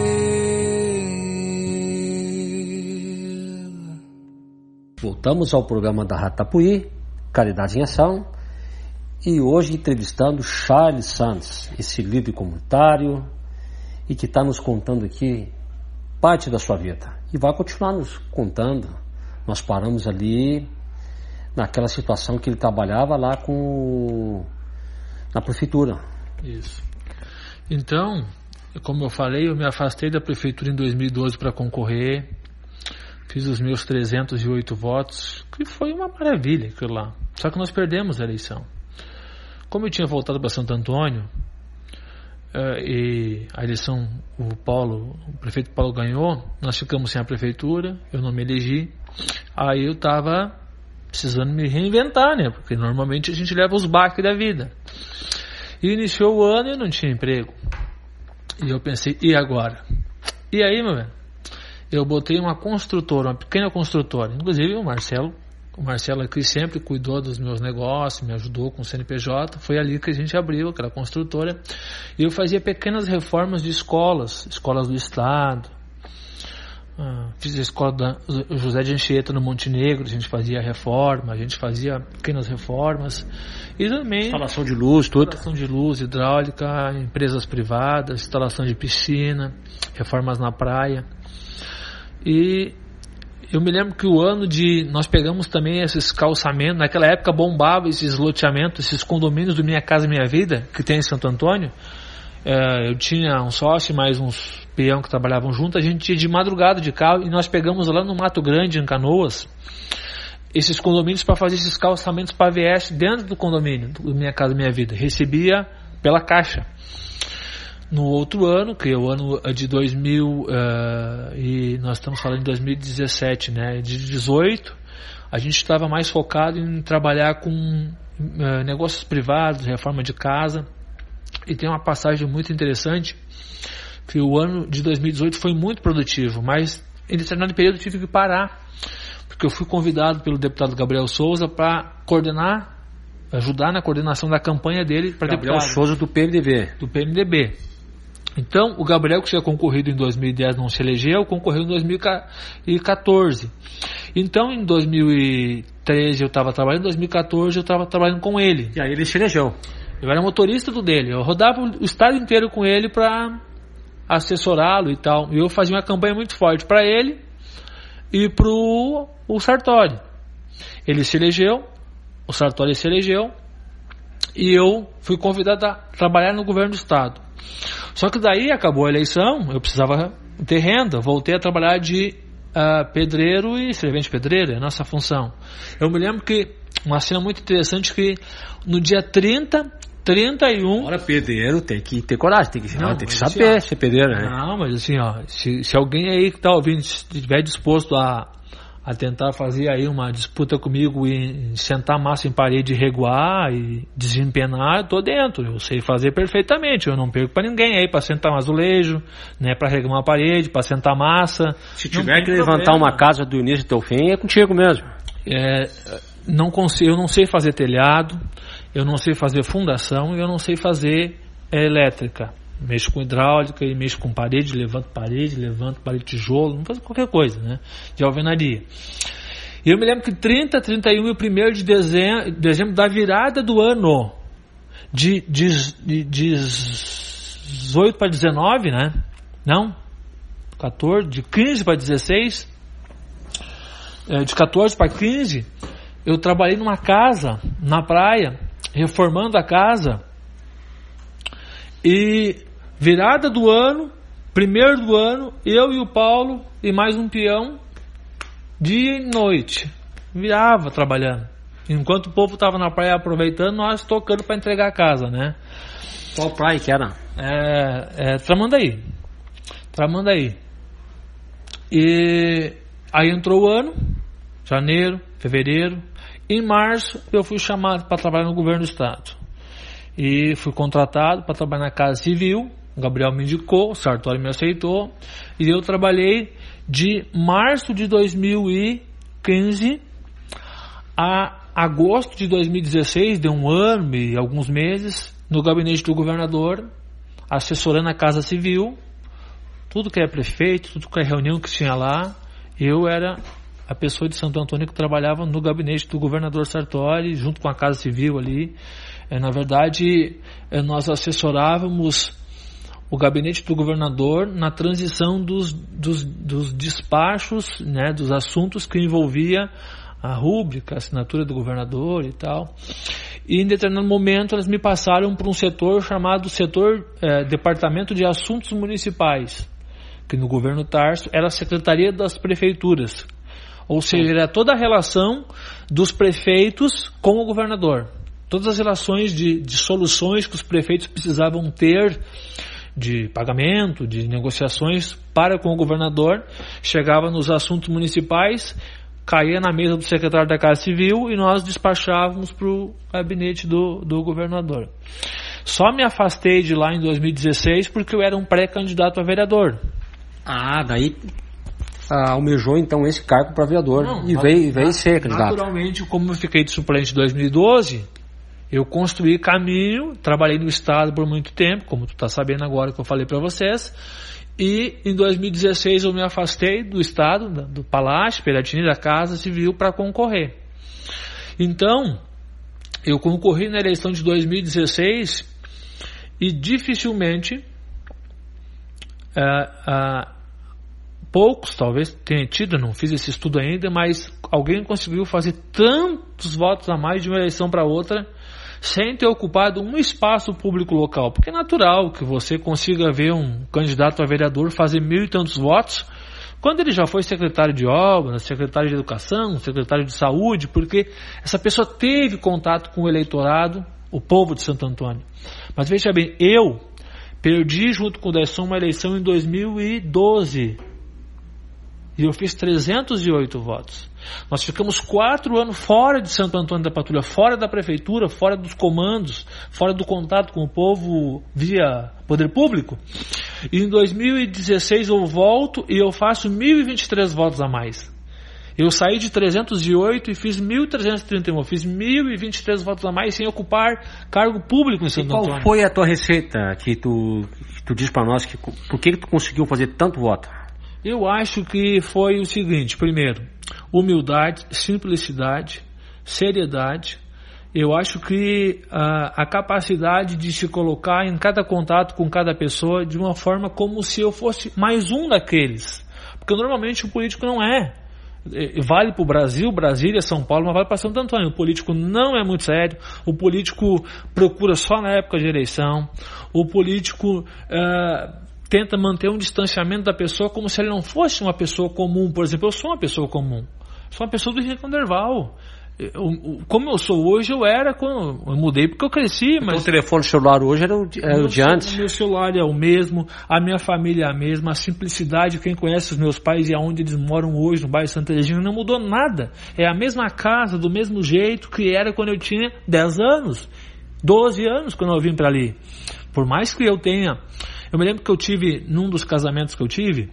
Voltamos ao programa da Rádio Tapuí, Caridade em Ação, e hoje entrevistando Charles Santos, esse líder comunitário, e que está nos contando aqui parte da sua vida. E vai continuar nos contando. Nós paramos ali naquela situação que ele trabalhava lá com na prefeitura. Isso. Então, como eu falei, eu me afastei da prefeitura em dois mil e doze para concorrer. Fiz os meus trezentos e oito votos, que foi uma maravilha aquilo lá. Só que nós perdemos a eleição. Como eu tinha voltado para Santo Antônio, uh, e a eleição, o Paulo, o prefeito Paulo ganhou, nós ficamos sem a prefeitura, eu não me elegi. Aí eu estava precisando me reinventar, né? Porque normalmente a gente leva os baques da vida. E iniciou o ano e eu não tinha emprego. E eu pensei, e agora? E aí, meu velho? eu botei uma construtora, uma pequena construtora. Inclusive o Marcelo, o Marcelo aqui sempre cuidou dos meus negócios, me ajudou com o C N P J. Foi ali que a gente abriu aquela construtora. E eu fazia pequenas reformas de escolas, escolas do estado. Ah, fiz a escola da José de Anchieta no Montenegro, a gente fazia reforma, a gente fazia pequenas reformas. E também instalação de luz, tudo. Instalação de luz, hidráulica, empresas privadas, instalação de piscina, reformas na praia. E eu me lembro que o ano de... Nós pegamos também esses calçamentos, naquela época bombava esses loteamentos, esses condomínios do Minha Casa Minha Vida, que tem em Santo Antônio. É, eu tinha um sócio, mais uns peão que trabalhavam junto, a gente ia de madrugada de carro e nós pegamos lá no Mato Grande, em Canoas, esses condomínios para fazer esses calçamentos para V S dentro do condomínio, do Minha Casa Minha Vida. Recebia pela Caixa. No outro ano, que é o ano de dois mil, uh, e nós estamos falando de dois mil e dezessete, né? De dezoito, a gente estava mais focado em trabalhar com uh, negócios privados, reforma de casa. E tem uma passagem muito interessante, que o ano de dois mil e dezoito foi muito produtivo, mas em determinado período eu tive que parar, porque eu fui convidado pelo deputado Gabriel Souza para coordenar, ajudar na coordenação da campanha dele para deputado. Gabriel Souza do P M D B. Do P M D B. Então, o Gabriel, que tinha concorrido em dois mil e dez, não se elegeu, concorreu em dois mil e quatorze. Então, em dois mil e treze eu estava trabalhando, em dois mil e quatorze eu estava trabalhando com ele. E aí ele se elegeu. Eu era motorista do dele, eu rodava o estado inteiro com ele para assessorá-lo e tal. E eu fazia uma campanha muito forte para ele e para o Sartori. Ele se elegeu, o Sartori se elegeu e eu fui convidado a trabalhar no governo do estado. Só que daí acabou a eleição, eu precisava ter renda, voltei a trabalhar de uh, pedreiro e servente pedreiro, é a nossa função. Eu me lembro que uma cena muito interessante, que no dia trinta, trinta e um... Agora pedreiro tem que ter coragem, tem que, não, tem que assim, saber ó, ser pedreiro, né? Não, mas assim, ó, se, se alguém aí que está ouvindo estiver disposto a, a tentar fazer aí uma disputa comigo e sentar massa em parede e reguar e desempenar, eu tô dentro, eu sei fazer perfeitamente, eu não perco para ninguém aí para sentar um azulejo, né, para regar uma parede, para sentar massa. Se tiver que levantar uma casa do início até o fim, é contigo mesmo. É, não consigo, eu não sei fazer telhado, eu não sei fazer fundação e eu não sei fazer é, elétrica. Mexo com hidráulica e mexo com parede, levanto parede, levanto parede de tijolo, não faço qualquer coisa, né? De alvenaria. E eu me lembro que trinta, trinta e um e primeiro de dezembro, dezembro da virada do ano, de, de, de, de dezoito para dezenove, né? Não? quatorze, de quinze para dezesseis, de quatorze para quinze, eu trabalhei numa casa na praia, reformando a casa, e virada do ano, primeiro do ano, eu e o Paulo e mais um peão, dia e noite, virava trabalhando. Enquanto o povo estava na praia aproveitando, nós tocando para entregar a casa, né? Qual praia que era? É, é Tramandaí. Tramandaí. E aí entrou o ano, janeiro, fevereiro. Em março eu fui chamado para trabalhar no governo do estado. E fui contratado para trabalhar na Casa Civil. O Gabriel me indicou, o Sartori me aceitou. E eu trabalhei de março de dois mil e quinze a agosto de dois mil e dezesseis, de um ano e alguns meses, no gabinete do governador, assessorando a Casa Civil. Tudo que é prefeito, tudo que é reunião que tinha lá, eu era a pessoa de Santo Antônio que trabalhava no gabinete do governador Sartori, junto com a Casa Civil ali. É, na verdade, é, nós assessorávamos o gabinete do governador na transição dos, dos, dos despachos, né, dos assuntos que envolvia a rúbrica, a assinatura do governador e tal. E em determinado momento eles me passaram para um setor chamado setor é, Departamento de Assuntos Municipais, que no governo Tarso era a Secretaria das Prefeituras. Ou seja, era toda a relação dos prefeitos com o governador. Todas as relações de, de soluções que os prefeitos precisavam ter, de pagamento, de negociações para com o governador, chegava nos assuntos municipais, caía na mesa do secretário da Casa Civil e nós despachávamos para o gabinete do, do governador. Só me afastei de lá em dois mil e dezesseis porque eu era um pré-candidato a vereador. Ah, daí ah, almejou então esse cargo para vereador Não, e veio, veio ser candidato. Naturalmente, como eu fiquei de suplente em dois mil e doze, eu construí caminho, trabalhei no Estado por muito tempo, como tu está sabendo agora que eu falei para vocês, e em dois mil e dezesseis eu me afastei do Estado, do Palácio Piratini, da Casa Civil, para concorrer. Então, eu concorri na eleição de dois mil e dezesseis e dificilmente, uh, uh, poucos talvez tenha tido, não fiz esse estudo ainda, mas alguém conseguiu fazer tantos votos a mais de uma eleição para outra sem ter ocupado um espaço público local. Porque é natural que você consiga ver um candidato a vereador fazer mil e tantos votos quando ele já foi secretário de obras, secretário de educação, secretário de saúde, porque essa pessoa teve contato com o eleitorado, o povo de Santo Antônio. Mas veja bem, eu perdi junto com o Desson uma eleição em dois mil e doze e eu fiz trezentos e oito votos. Nós ficamos quatro anos fora de Santo Antônio da Patrulha, fora da prefeitura, fora dos comandos, fora do contato com o povo via poder público. E em dois mil e dezesseis eu volto e eu faço mil e vinte e três votos a mais. Eu saí de trezentos e oito e fiz mil trezentos e trinta e um. Eu fiz mil e vinte e três votos a mais sem ocupar cargo público em Santo Antônio. Antônio. Qual foi a tua receita que tu, que tu diz para nós? Que, por que, que tu conseguiu fazer tanto voto? Eu acho que foi o seguinte: primeiro, humildade, simplicidade, seriedade. Eu acho que a, a capacidade de se colocar em cada contato com cada pessoa de uma forma como se eu fosse mais um daqueles. Porque normalmente o político não é. Vale para o Brasil, Brasília, São Paulo, mas vale para Santo Antônio. O político não é muito sério. O político procura só na época de eleição. O político Uh, tenta manter um distanciamento da pessoa como se ele não fosse uma pessoa comum. Por exemplo, eu sou uma pessoa comum. Sou uma pessoa do Henrique Anderval. Eu, como eu sou hoje, eu era quando eu mudei porque eu cresci. Mas o telefone celular hoje era o, era o de antes. O meu celular é o mesmo, a minha família é a mesma, a simplicidade, quem conhece os meus pais e aonde eles moram hoje, no bairro Santa Regina, não mudou nada. É a mesma casa, do mesmo jeito que era quando eu tinha dez anos, doze anos, quando eu vim para ali. Por mais que eu tenha... Eu me lembro que eu tive, num dos casamentos que eu tive,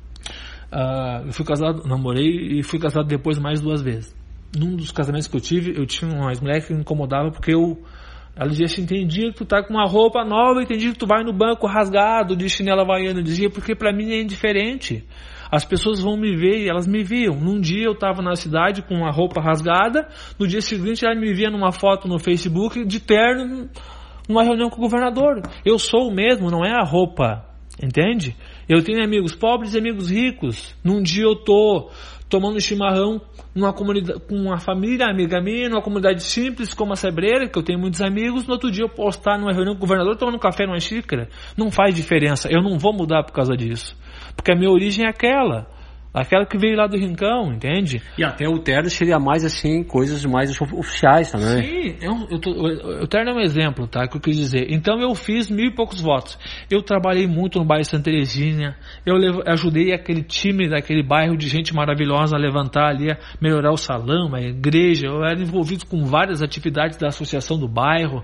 uh, eu fui casado, namorei e fui casado depois mais duas vezes. Num dos casamentos que eu tive, eu tinha uma mulher que me incomodava porque eu, ela dizia assim: entendia que tu tá com uma roupa nova, entendia que tu vai no banco rasgado de chinela havaiana. Eu dizia, porque pra mim é indiferente. As pessoas vão me ver e elas me viam. Num dia eu estava na cidade com uma roupa rasgada, no dia seguinte ela me via numa foto no Facebook de terno, numa reunião com o governador. Eu sou o mesmo, não é a roupa, entende? Eu tenho amigos pobres e amigos ricos. Num dia eu tô tomando chimarrão numa comunidade, com uma família amiga minha, numa comunidade simples como a Sebreira, que eu tenho muitos amigos. No outro dia eu posso estar numa reunião com o governador tomando café numa xícara. Não faz diferença, eu não vou mudar por causa disso, porque a minha origem é aquela. Aquela que veio lá do Rincão, entende? E até o terno seria mais assim, coisas mais oficiais também. Sim, eu, eu tô, o terno é um exemplo, tá? Que eu quis dizer. Então eu fiz mil e poucos votos. Eu trabalhei muito no bairro Santa Teresinha. Eu levo, ajudei aquele time daquele bairro de gente maravilhosa a levantar ali, a melhorar o salão, a igreja. Eu era envolvido com várias atividades da associação do bairro.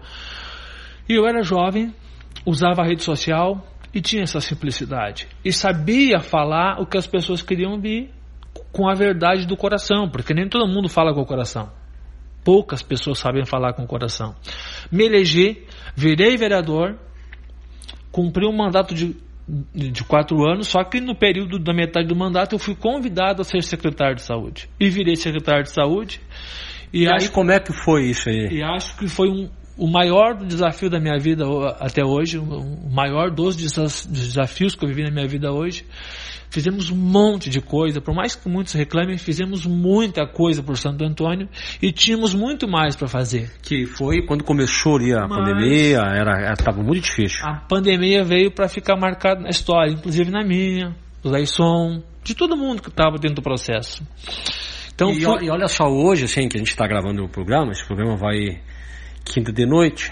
E eu era jovem, usava a rede social e tinha essa simplicidade. E sabia falar o que as pessoas queriam ouvir com a verdade do coração, porque nem todo mundo fala com o coração. Poucas pessoas sabem falar com o coração. Me elegi, virei vereador, cumpri um mandato de, de, de quatro anos, só que no período da metade do mandato eu fui convidado a ser secretário de saúde. E virei secretário de saúde. E, e acho, aí como é que foi isso aí? E acho que foi um O maior desafio da minha vida até hoje, o maior dos desafios que eu vivi na minha vida hoje. Fizemos um monte de coisa, por mais que muitos reclamem, fizemos muita coisa por Santo Antônio e tínhamos muito mais para fazer. Que foi quando começou ali a Mas pandemia, era estava muito difícil. A pandemia veio para ficar marcada na história, inclusive na minha, do Laisson, de todo mundo que estava dentro do processo. Então, e, foi... e olha só, hoje assim que a gente está gravando o programa, esse programa vai... quinta de noite,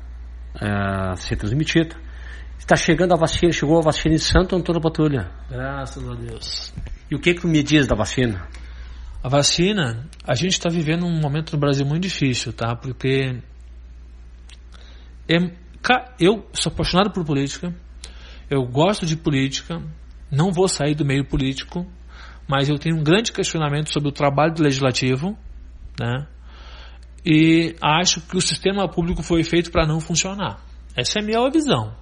uh, ser transmitida. Está chegando a vacina, chegou a vacina em Santo Antônio da Patrulha. Graças a Deus. E o que que tu me diz da vacina? A vacina, a gente está vivendo um momento no Brasil muito difícil, tá? Porque é, eu sou apaixonado por política, eu gosto de política, não vou sair do meio político, mas eu tenho um grande questionamento sobre o trabalho do Legislativo, né? E acho que o sistema público foi feito para não funcionar. Essa é a minha visão.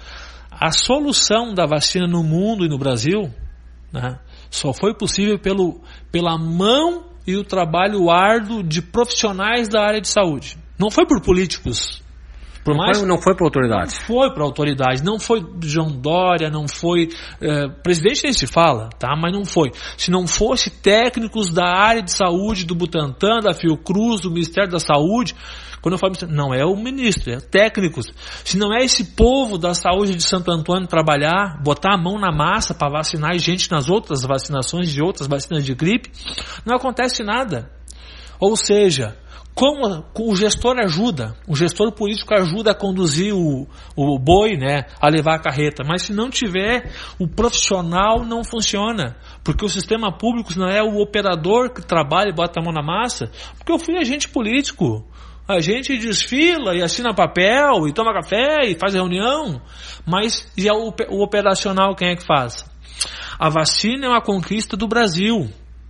A solução da vacina no mundo e no Brasil, né, só foi possível pelo, pela mão e o trabalho árduo de profissionais da área de saúde. Não foi por políticos. Por não, mais, foi, não foi para autoridades. Não foi para autoridades. Não foi João Dória, não foi... É, presidente nem se fala, tá? Mas não foi. Se não fosse técnicos da área de saúde, do Butantan, da Fiocruz, do Ministério da Saúde... Quando eu falo, não é o ministro, é técnicos. Se não é esse povo da saúde de Santo Antônio trabalhar, botar a mão na massa para vacinar gente nas outras vacinações de outras vacinas de gripe, não acontece nada. Ou seja, como o gestor ajuda, o gestor político ajuda a conduzir o, o boi, né, a levar a carreta, mas se não tiver, o profissional não funciona, porque o sistema público não é o operador que trabalha e bota a mão na massa, porque eu fui agente político. A gente desfila e assina papel e toma café e faz reunião, mas e o, o operacional quem é que faz? A vacina é uma conquista do Brasil,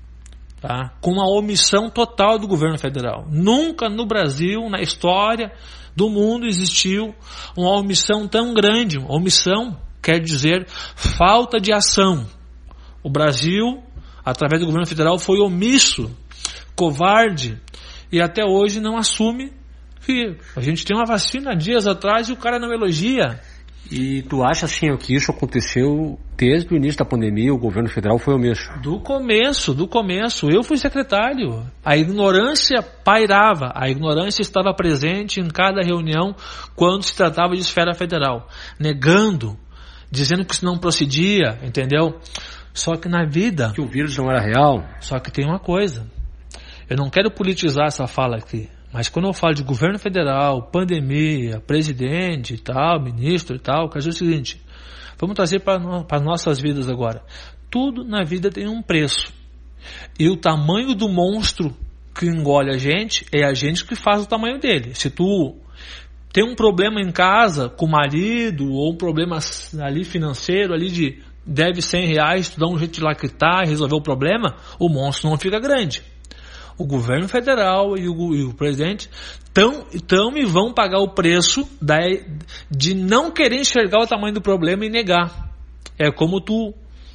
tá? Com uma omissão total do governo federal. Nunca no Brasil, na história do mundo, existiu uma omissão tão grande. Omissão quer dizer falta de ação. O Brasil, através do governo federal, foi omisso, covarde, e até hoje não assume que a gente tem uma vacina dias atrás e o cara não elogia. E tu acha assim que isso aconteceu desde o início da pandemia, o governo federal foi omisso? Do começo, do começo. Eu fui secretário. A ignorância pairava, a ignorância estava presente em cada reunião quando se tratava de esfera federal. Negando, dizendo que isso não procedia, entendeu? Só que na vida... Que o vírus não era real. Só que tem uma coisa. Eu não quero politizar essa fala aqui, mas quando eu falo de governo federal, pandemia, presidente e tal, ministro e tal, eu quero dizer o seguinte, vamos trazer para no, as nossas vidas agora. Tudo na vida tem um preço. E o tamanho do monstro que engole a gente é a gente que faz o tamanho dele. Se tu tem um problema em casa com o marido, ou um problema ali financeiro, ali de deve cem reais, tu dá um jeito de lá quitar e resolver o problema, o monstro não fica grande. O governo federal e o, e o presidente tão, tão e vão pagar o preço da, de não querer enxergar o tamanho do problema e negar. É como tu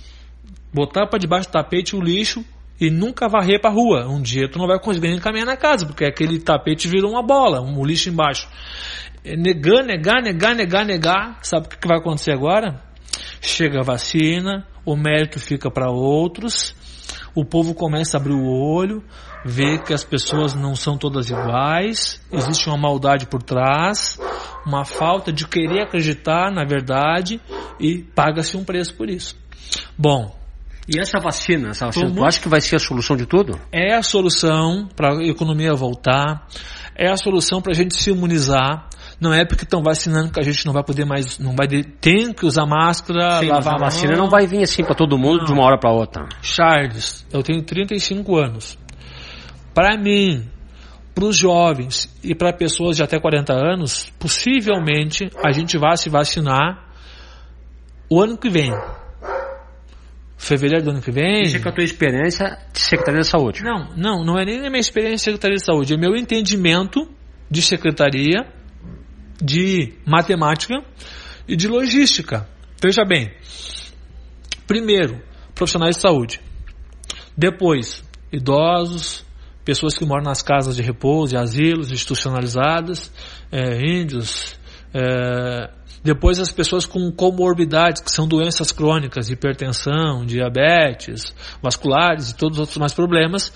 botar para debaixo do tapete o lixo e nunca varrer para a rua. Um dia tu não vai conseguir nem caminhar na casa, porque aquele tapete virou uma bola, um lixo embaixo. É negar, negar, negar, negar, negar. Sabe o que vai acontecer agora? Chega a vacina, o mérito fica para outros, o povo começa a abrir o olho, vê que as pessoas não são todas iguais, existe uma maldade por trás, uma falta de querer acreditar na verdade e paga-se um preço por isso. Bom, e essa vacina, essa vacina tu acha que vai ser a solução de tudo? É a solução para a economia voltar, é a solução para a gente se imunizar. Não é porque estão vacinando que a gente não vai poder mais, não vai ter, tem que usar máscara, sim, lavar a vacina não vai vir assim para todo mundo não. De uma hora para outra. Charles, eu tenho trinta e cinco anos. Para mim, para os jovens e para pessoas de até quarenta anos, possivelmente a gente vai se vacinar o ano que vem. Fevereiro do ano que vem. Isso é que a tua experiência de Secretaria de Saúde. Não, não, não é nem a minha experiência de Secretaria de Saúde, é meu entendimento de secretaria, de matemática e de logística. Veja bem, primeiro, profissionais de saúde, depois, idosos, pessoas que moram nas casas de repouso e asilos institucionalizadas, é, índios, é, depois as pessoas com comorbidades, que são doenças crônicas, hipertensão, diabetes, vasculares e todos os outros mais problemas.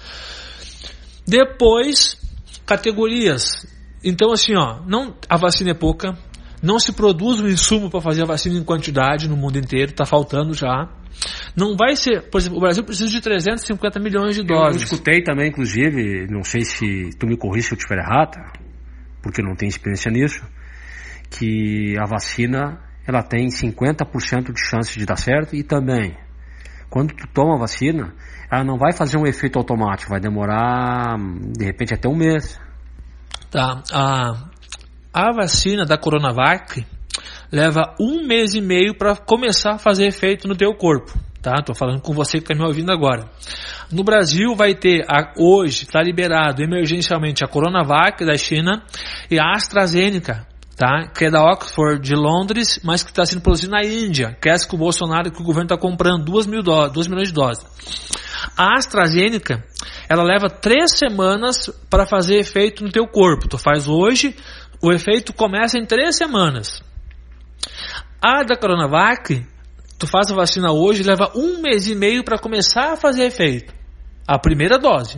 Depois, categorias. Então, assim, ó, não, a vacina é pouca, não se produz um insumo para fazer a vacina em quantidade no mundo inteiro, está faltando já. Não vai ser, por exemplo, o Brasil precisa de trezentos e cinquenta milhões de doses. Eu escutei também, inclusive, não sei se tu me corrige se eu estiver errado, porque eu não tenho experiência nisso, que a vacina ela tem cinquenta por cento de chance de dar certo, e também, quando tu toma a vacina, ela não vai fazer um efeito automático, vai demorar, de repente, até um mês. Tá, a, a vacina da Coronavac leva um mês e meio para começar a fazer efeito no teu corpo, tá? Tô falando com você que está me ouvindo agora. No Brasil vai ter, a, hoje está liberado emergencialmente a Coronavac da China e a AstraZeneca, tá? Que é da Oxford de Londres, mas que está sendo produzida na Índia, que é essa que o Bolsonaro, que o governo está comprando duas mil doses, dois milhões de doses. A AstraZeneca, ela leva três semanas para fazer efeito no teu corpo. Tu faz hoje, o efeito começa em três semanas. A da Coronavac, tu faz a vacina hoje, leva um mês e meio para começar a fazer efeito. A primeira dose.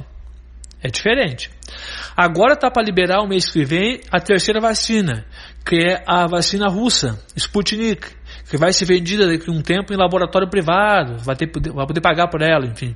É diferente. Agora está para liberar o mês que vem a terceira vacina, que é a vacina russa, Sputnik, que vai ser vendida daqui a um tempo em laboratório privado, vai, ter, vai poder pagar por ela, enfim.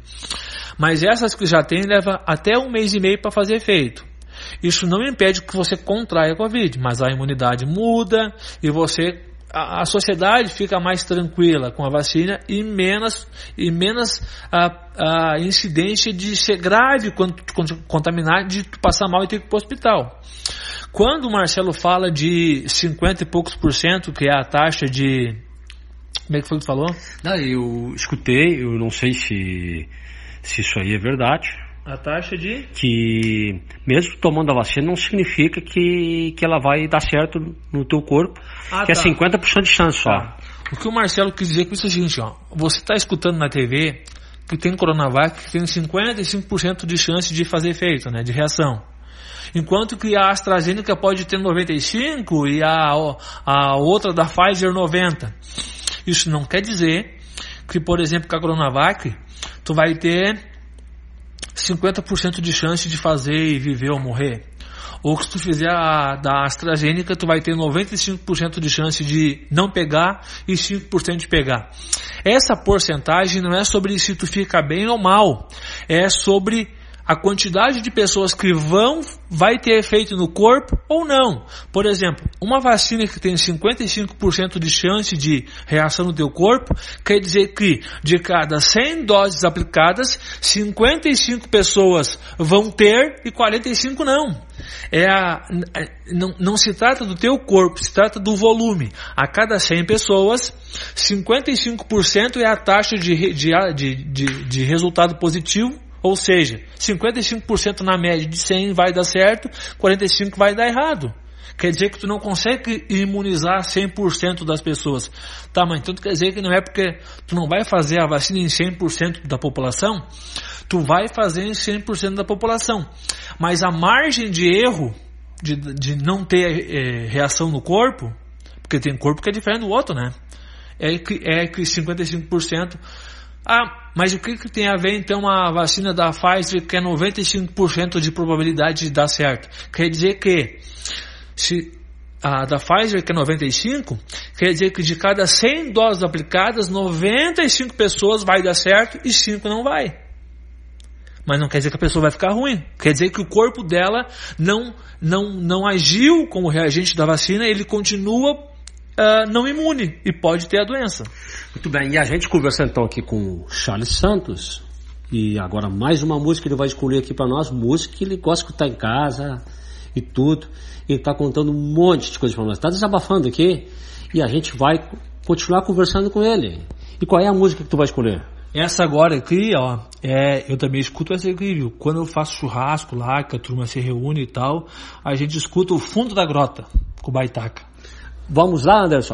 Mas essas que já tem, leva até um mês e meio para fazer efeito. Isso não impede que você contraia a Covid, mas a imunidade muda e você, a, a sociedade fica mais tranquila com a vacina e menos, e menos a, a incidência de ser grave quando contaminar, de passar mal e ter que ir para o hospital. Quando o Marcelo fala de cinquenta e poucos por cento, que é a taxa de... Como é que foi que tu falou? Não, eu escutei, eu não sei se, se isso aí é verdade. A taxa de? Que mesmo tomando a vacina não significa que, que ela vai dar certo no teu corpo, ah, que tá. É cinquenta por cento de chance só. Tá. O que o Marcelo quis dizer com isso é o seguinte, ó, você está escutando na T V que tem Coronavac que tem cinquenta e cinco por cento de chance de fazer efeito, né, de reação. Enquanto que a AstraZeneca pode ter noventa e cinco por cento e a, a outra da Pfizer noventa por cento. Isso não quer dizer que, por exemplo, com a Coronavac, tu vai ter cinquenta por cento de chance de fazer e viver ou morrer. Ou que se tu fizer a da AstraZeneca, tu vai ter noventa e cinco por cento de chance de não pegar e cinco por cento de pegar. Essa porcentagem não é sobre se tu fica bem ou mal, é sobre a quantidade de pessoas que vão, vai ter efeito no corpo ou não. Por exemplo, uma vacina que tem cinquenta e cinco por cento de chance de reação no teu corpo, quer dizer que de cada cem doses aplicadas, cinquenta e cinco pessoas vão ter e quarenta e cinco não. É a, não, não se trata do teu corpo, se trata do volume. A cada cem pessoas, cinquenta e cinco por cento é a taxa de, de, de, de, de resultado positivo. Ou seja, cinquenta e cinco por cento na média de cem vai dar certo, quarenta e cinco por cento vai dar errado. Quer dizer que tu não consegue imunizar cem por cento das pessoas. Tá, mas então quer dizer que não é porque tu não vai fazer a vacina em cem por cento da população, tu vai fazer em cem por cento da população. Mas a margem de erro, de, de não ter é, reação no corpo, porque tem corpo que é diferente do outro, né? É que, é que cinquenta e cinco por cento... Ah, mas o que, que tem a ver então a vacina da Pfizer, que é noventa e cinco por cento de probabilidade de dar certo? Quer dizer que se a da Pfizer, que é noventa e cinco por cento, quer dizer que de cada cem doses aplicadas, noventa e cinco pessoas vai dar certo e cinco não vai. Mas não quer dizer que a pessoa vai ficar ruim. Quer dizer que o corpo dela não, não, não agiu como reagente da vacina, ele continua uh, não imune e pode ter a doença. Muito bem, e a gente conversando então aqui com o Charles Santos, e agora mais uma música ele vai escolher aqui para nós, música que ele gosta de escutar em casa e tudo, ele está contando um monte de coisas para nós, está desabafando aqui, e a gente vai continuar conversando com ele. E qual é a música que tu vai escolher? Essa agora aqui, ó, é, eu também escuto essa aqui, viu? Quando eu faço churrasco lá, que a turma se reúne e tal, a gente escuta o Fundo da Grota, com o Baitaca. Vamos lá, Anderson?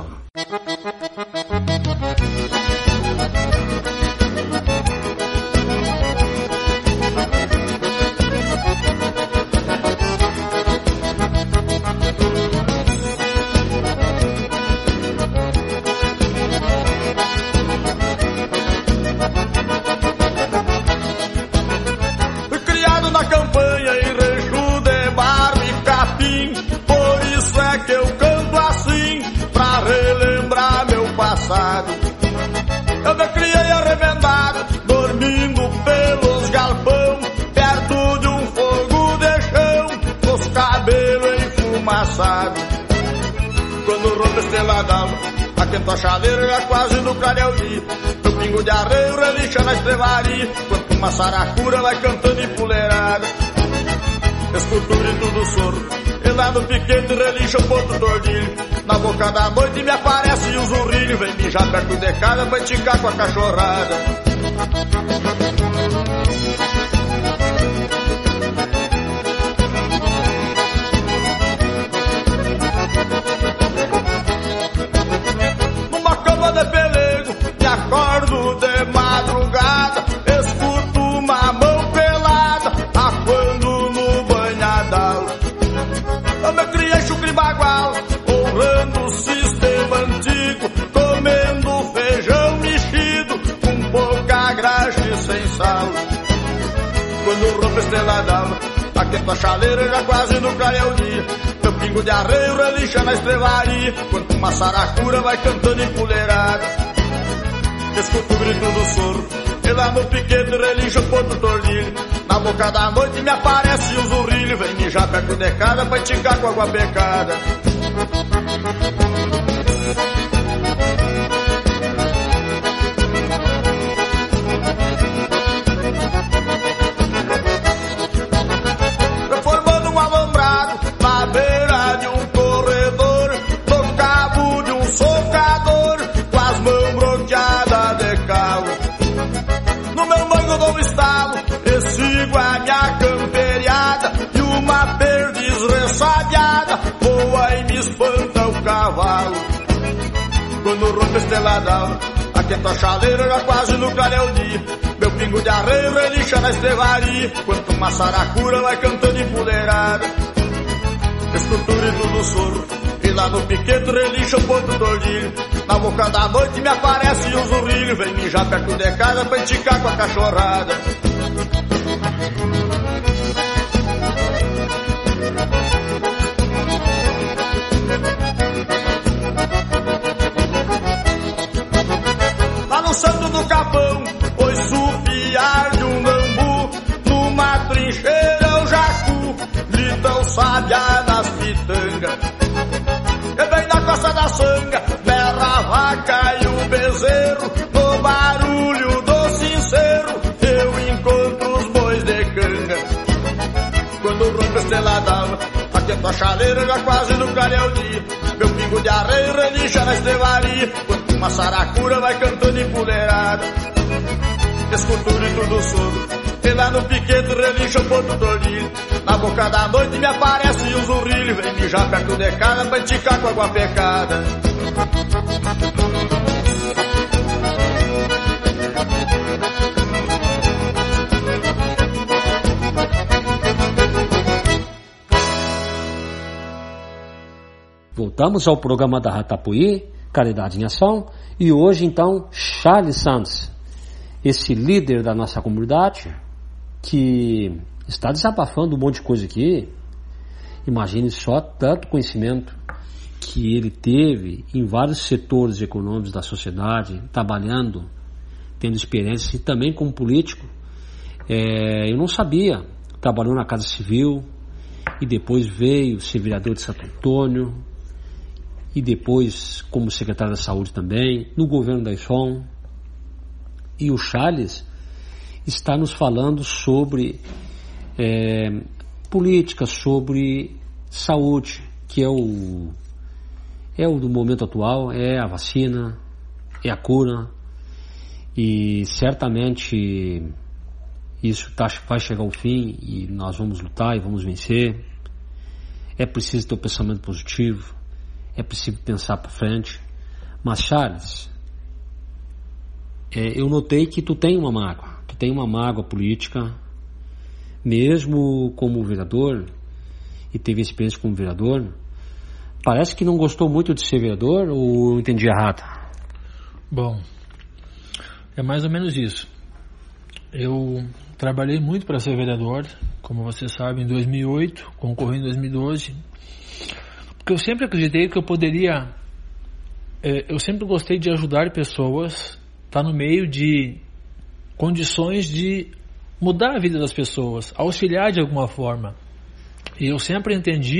Eu me criei arremendado, dormindo pelos galpão, perto de um fogo de chão, os cabelos enfumaçados. Quando rompe a estrela d'alva, aquento a chaleira já quase no clareio dia. Meu pingo de arreio relincha na estrevaria, quanto uma saracura vai cantando empoleirada. Escuto o grito do sorro, E lá no piquete relincha o ponto tordilho. Na boca da noite me aparece o zurrilho. Vem mijar perto de casa pra esticar com a cachorrada. Numa cama de pelego me acordo de madrugada. Escuto uma mão pelada aquando no banhadal. Eu me criei chucre bagual, honrando o sistema antigo, comendo feijão mexido com pouca graxa e sem sal. Quando rompe a estrela d'alva, aquento a chaleira já quase no clareia o dia. Meu pingo de arreio relincha na estrevaria, quando uma saracura vai cantando empoleirada. Escuto o grito do soro, e lá no piquete relincha o ponto tordilho. Na boca da noite me aparece o zurrilho. Vem mijar perto de casa pra esticar com água pecada. Formando um alambrado na beira de um corredor, no cabo de um socador, com as mãos bronqueadas de calo. No meu mango dou um estalo e sigo a minha camperiada, e uma perdiz ressabiada voa e me espanta o cavalo. Quando rompe a estrela d'alva, aquento a chaleira já quase no clareia o dia. Meu pingo de arreio relincha na estrevaria, quanto uma saracura vai cantando empoleirada. Escuto o grito do soro, e lá no piquete relincha o ponto tordilho. Na boca da noite me aparece o zurrilho. Vem mijar perto de casa pra esticar com a cachorrada. Lá no santo do capão, ouço o piar de um bambu. Numa trincheira o jacu grita o sabiá nas pitangas. E bem na costa da sanga berra a vaca e o bezerro. No barulho do sincero eu encontro os bois de canga. Quando rompe a estrela d'alva, aquento a chaleira já quase no clareia o dia. Meu pingo de arreio relincha na estrevaria, quando uma saracura vai cantando empoleirada. Escuto o grito do soro, e lá no piquete relincha o ponto tordilho. Na boca da noite me aparece o zurrilho. Vem mijar perto de casa pra esticar com água pecada. Voltamos ao programa da Rádio Tapuí, Caridade em Ação, e hoje então Charles Santos, esse líder da nossa comunidade, que está desabafando um monte de coisa aqui. Imagine só tanto conhecimento que ele teve em vários setores econômicos da sociedade, trabalhando, tendo experiência, e também como político. É, eu não sabia, trabalhou na Casa Civil, e depois veio ser vereador de Santo Antônio, e depois como secretário da Saúde também, no governo da I F O M. E o Charles está nos falando sobre é, política, sobre saúde, que é o, é o do momento atual, é a vacina, é a cura, e certamente isso tá, vai chegar ao fim e nós vamos lutar e vamos vencer. É preciso ter um pensamento positivo, é preciso pensar para frente. Mas Charles, é, eu notei que tu tem uma mágoa, tu tem uma mágoa política, mesmo como vereador, e teve experiência como vereador. Parece que não gostou muito de ser vereador, ou eu entendi errado? Bom, é mais ou menos isso. Eu trabalhei muito para ser vereador, como você sabe, em dois mil e oito, concorri em dois mil e doze, porque eu sempre acreditei que eu poderia, é, eu sempre gostei de ajudar pessoas, estar no meio de condições de mudar a vida das pessoas, auxiliar de alguma forma. E eu sempre entendi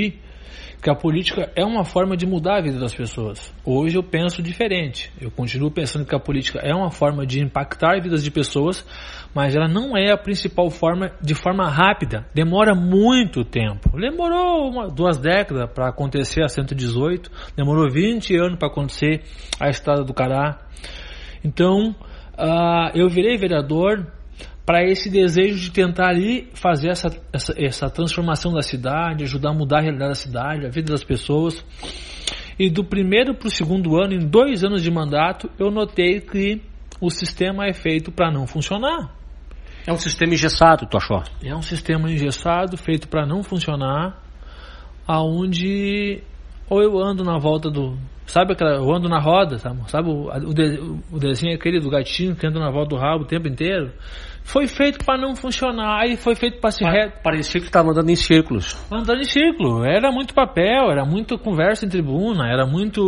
que a política é uma forma de mudar a vida das pessoas. Hoje eu penso diferente. Eu continuo pensando que a política é uma forma de impactar vidas de pessoas, mas ela não é a principal forma de forma rápida. Demora muito tempo. Demorou uma, duas décadas para acontecer a cento e dezoito, demorou vinte anos para acontecer a Estrada do Cará. Então, uh, eu virei vereador para esse desejo de tentar ali fazer essa, essa, essa transformação da cidade, ajudar a mudar a realidade da cidade, a vida das pessoas. E do primeiro para o segundo ano, em dois anos de mandato, eu notei que o sistema é feito para não funcionar. É um sistema engessado, tu achou? É um sistema engessado, feito para não funcionar, aonde ou eu ando na volta do... Sabe aquela... Eu ando na roda, sabe? Sabe o, o, de, o desenho aquele do gatinho que anda na volta do rabo o tempo inteiro? Foi feito para não funcionar, aí foi feito para se... Re... Parecia que estava andando em círculos. Andando em círculo. Era muito papel, era muito conversa em tribuna, era muito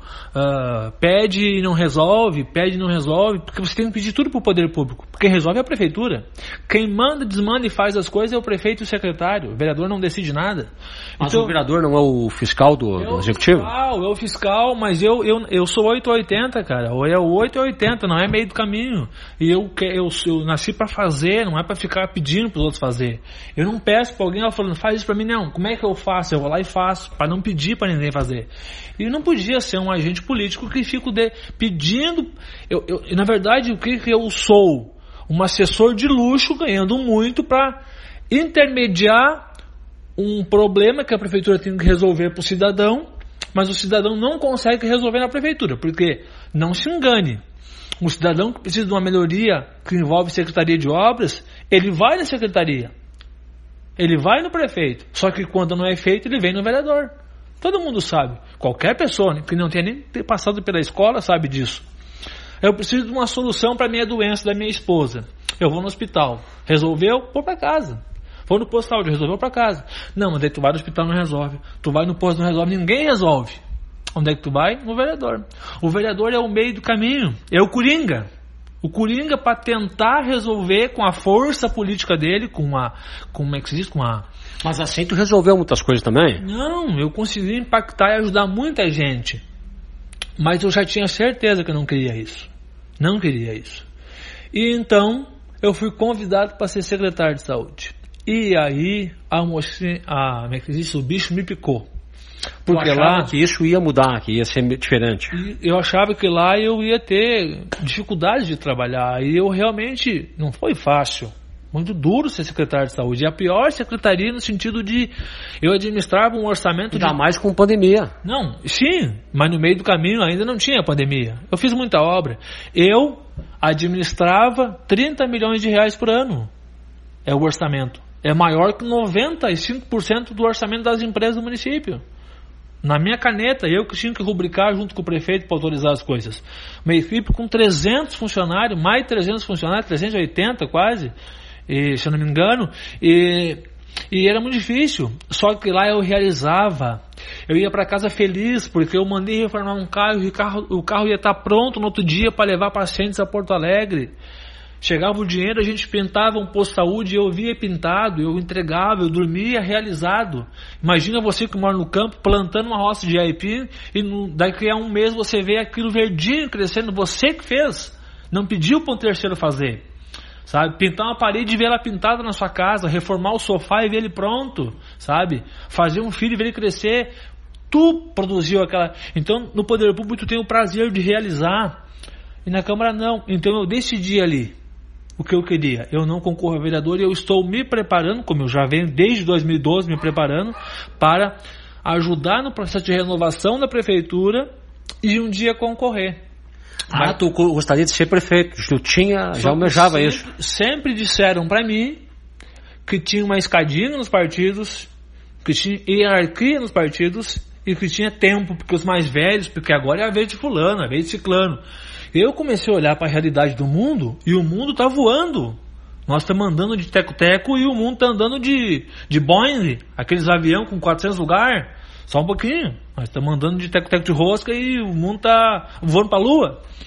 uh, pede e não resolve, pede e não resolve, porque você tem que pedir tudo para o poder público. Quem resolve é a prefeitura. Quem manda, desmanda e faz as coisas é o prefeito e o secretário. O vereador não decide nada. Mas então, o vereador não é o fiscal do, é do o executivo? Fiscal, é o fiscal, mas eu, eu, eu sou oito ou oitenta, cara. Ou é o oito ou oitenta, não é meio do caminho. E eu, eu, eu nasci para fazer, não é para ficar pedindo para os outros fazer. Eu não peço para alguém falando, faz isso para mim, não. Como é que eu faço? Eu vou lá e faço, para não pedir para ninguém fazer. E não podia ser um agente político que fico de, pedindo. Eu, eu, na verdade, o que, que eu sou? Um assessor de luxo ganhando muito para intermediar um problema que a prefeitura tem que resolver para o cidadão, mas o cidadão não consegue resolver na prefeitura, porque não se engane. O cidadão que precisa de uma melhoria que envolve secretaria de obras, ele vai na secretaria, ele vai no prefeito, só que quando não é feito, ele vem no vereador. Todo mundo sabe, qualquer pessoa que não tenha nem passado pela escola sabe disso. Eu preciso de uma solução para a minha doença da minha esposa. Eu vou no hospital, resolveu, vou para casa. Vou no posto de saúde, resolveu para casa. Não, mas aí tu vai no hospital, não resolve. Tu vai no posto, não resolve, ninguém resolve. Onde é que tu vai? No vereador. O vereador é o meio do caminho, é o coringa. O coringa para tentar resolver com a força política dele, com a... Como é que se diz? Com a... Mas assim tu resolveu muitas coisas também? Não, eu consegui impactar e ajudar muita gente. Mas eu já tinha certeza que eu não queria isso. Não queria isso. E então eu fui convidado para ser secretário de saúde. E aí a mocinha, a, como é que diz? O bicho me picou. Porque lá que isso ia mudar, que ia ser diferente. Eu achava que lá eu ia ter dificuldade de trabalhar. E eu realmente não foi fácil. Muito duro ser secretário de saúde. E a pior secretaria no sentido de eu administrava um orçamento Ainda de... mais com pandemia. Não, sim, mas no meio do caminho ainda não tinha pandemia. Eu fiz muita obra. Eu administrava trinta milhões de reais por ano. É o orçamento. É maior que noventa e cinco por cento do orçamento das empresas do município. Na minha caneta, eu que tinha que rubricar junto com o prefeito para autorizar as coisas. Uma equipe com trezentos funcionários, mais de trezentos funcionários, trezentos e oitenta quase, e, se eu não me engano, e, e era muito difícil. Só que lá eu realizava, eu ia para casa feliz, porque eu mandei reformar um carro e o carro, o carro ia estar pronto no outro dia para levar pacientes a Porto Alegre. Chegava o dinheiro, a gente pintava um posto de saúde, eu via pintado, eu entregava, eu dormia realizado. Imagina você que mora no campo, plantando uma roça de aipim, e no, daqui a um mês você vê aquilo verdinho crescendo, você que fez, não pediu para um terceiro fazer. Sabe? Pintar uma parede e ver ela pintada na sua casa, reformar o sofá e ver ele pronto, sabe? Fazer um filho e ver ele crescer, tu produziu aquela... Então, no poder público tu tem o prazer de realizar, e na Câmara não. Então eu decidi ali o que eu queria. Eu não concorro a vereador e eu estou me preparando, como eu já venho desde dois mil e doze me preparando, para ajudar no processo de renovação da prefeitura e um dia concorrer. Ah, Mas, tu gostaria de ser prefeito, tu tinha, já almejava sempre, isso. Sempre disseram para mim que tinha uma escadinha nos partidos, que tinha hierarquia nos partidos e que tinha tempo, porque os mais velhos, porque agora é a vez de fulano, é a vez de ciclano. Eu comecei a olhar para a realidade do mundo e o mundo está voando. Nós estamos andando de teco-teco e o mundo está andando de, de Boeing, aqueles aviões com quatrocentos lugares. Só um pouquinho. Nós estamos andando de teco-teco de rosca e o mundo está voando para a lua.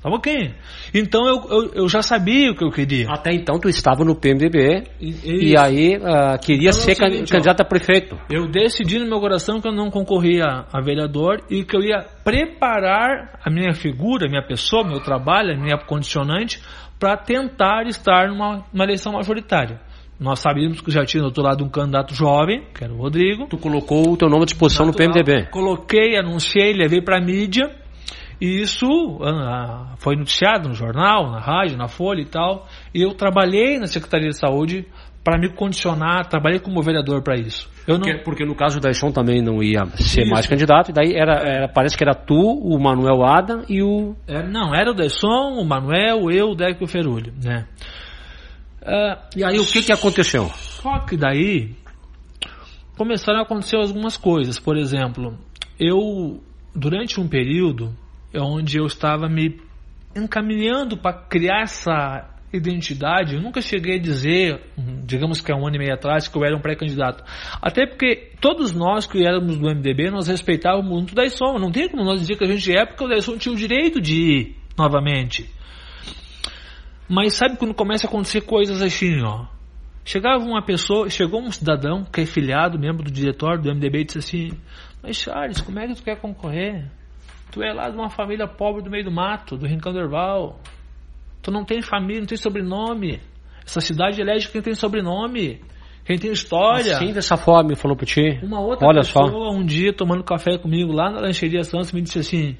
Só um pouquinho. Então eu, eu, eu já sabia o que eu queria. Até então tu estava no P M D B e, e aí uh, queria então, ser é seguinte, candidato ó, a prefeito. Eu decidi no meu coração que eu não concorria a vereador e que eu ia preparar a minha figura, a minha pessoa, meu trabalho, a minha condicionante para tentar estar numa, numa eleição majoritária. Nós sabíamos que já tinha do outro lado um candidato jovem, que era o Rodrigo. Tu colocou o teu nome à disposição no P M D B. Coloquei, anunciei, levei para a mídia. E isso uh, foi noticiado no jornal, na rádio, na Folha e tal. E eu trabalhei na Secretaria de Saúde para me condicionar, trabalhei como vereador para isso. Eu porque, não... porque no caso do Daisson também não ia ser isso. mais candidato. E daí era, era, parece que era tu, o Manuel Adam e o... É, não, era o Daisson, o Manuel, eu, o Deco e o Ferulho, né? Uh, e aí o que que aconteceu? Só que daí começaram a acontecer algumas coisas. Por exemplo, eu durante um período onde eu estava me encaminhando para criar essa identidade, eu nunca cheguei a dizer, digamos que há um ano e meio atrás, que eu era um pré-candidato. Até porque todos nós que éramos do M D B, nós respeitávamos muito o Daisson. Não tem como nós dizer que a gente é, porque o Daisson tinha o direito de ir novamente. Mas sabe quando começa a acontecer coisas assim, ó? Chegava uma pessoa, chegou um cidadão que é filiado, membro do diretório do M D B e disse assim: mas Charles, como é que tu quer concorrer? Tu é lá de uma família pobre do meio do mato, do Rincão do Herval. Tu não tem família, não tem sobrenome. Essa cidade elege quem tem sobrenome, quem tem história. Assim, dessa forma, falou pra ti. Uma outra Olha pessoa, só. um dia, tomando café comigo lá na Lancheria Santos, me disse assim: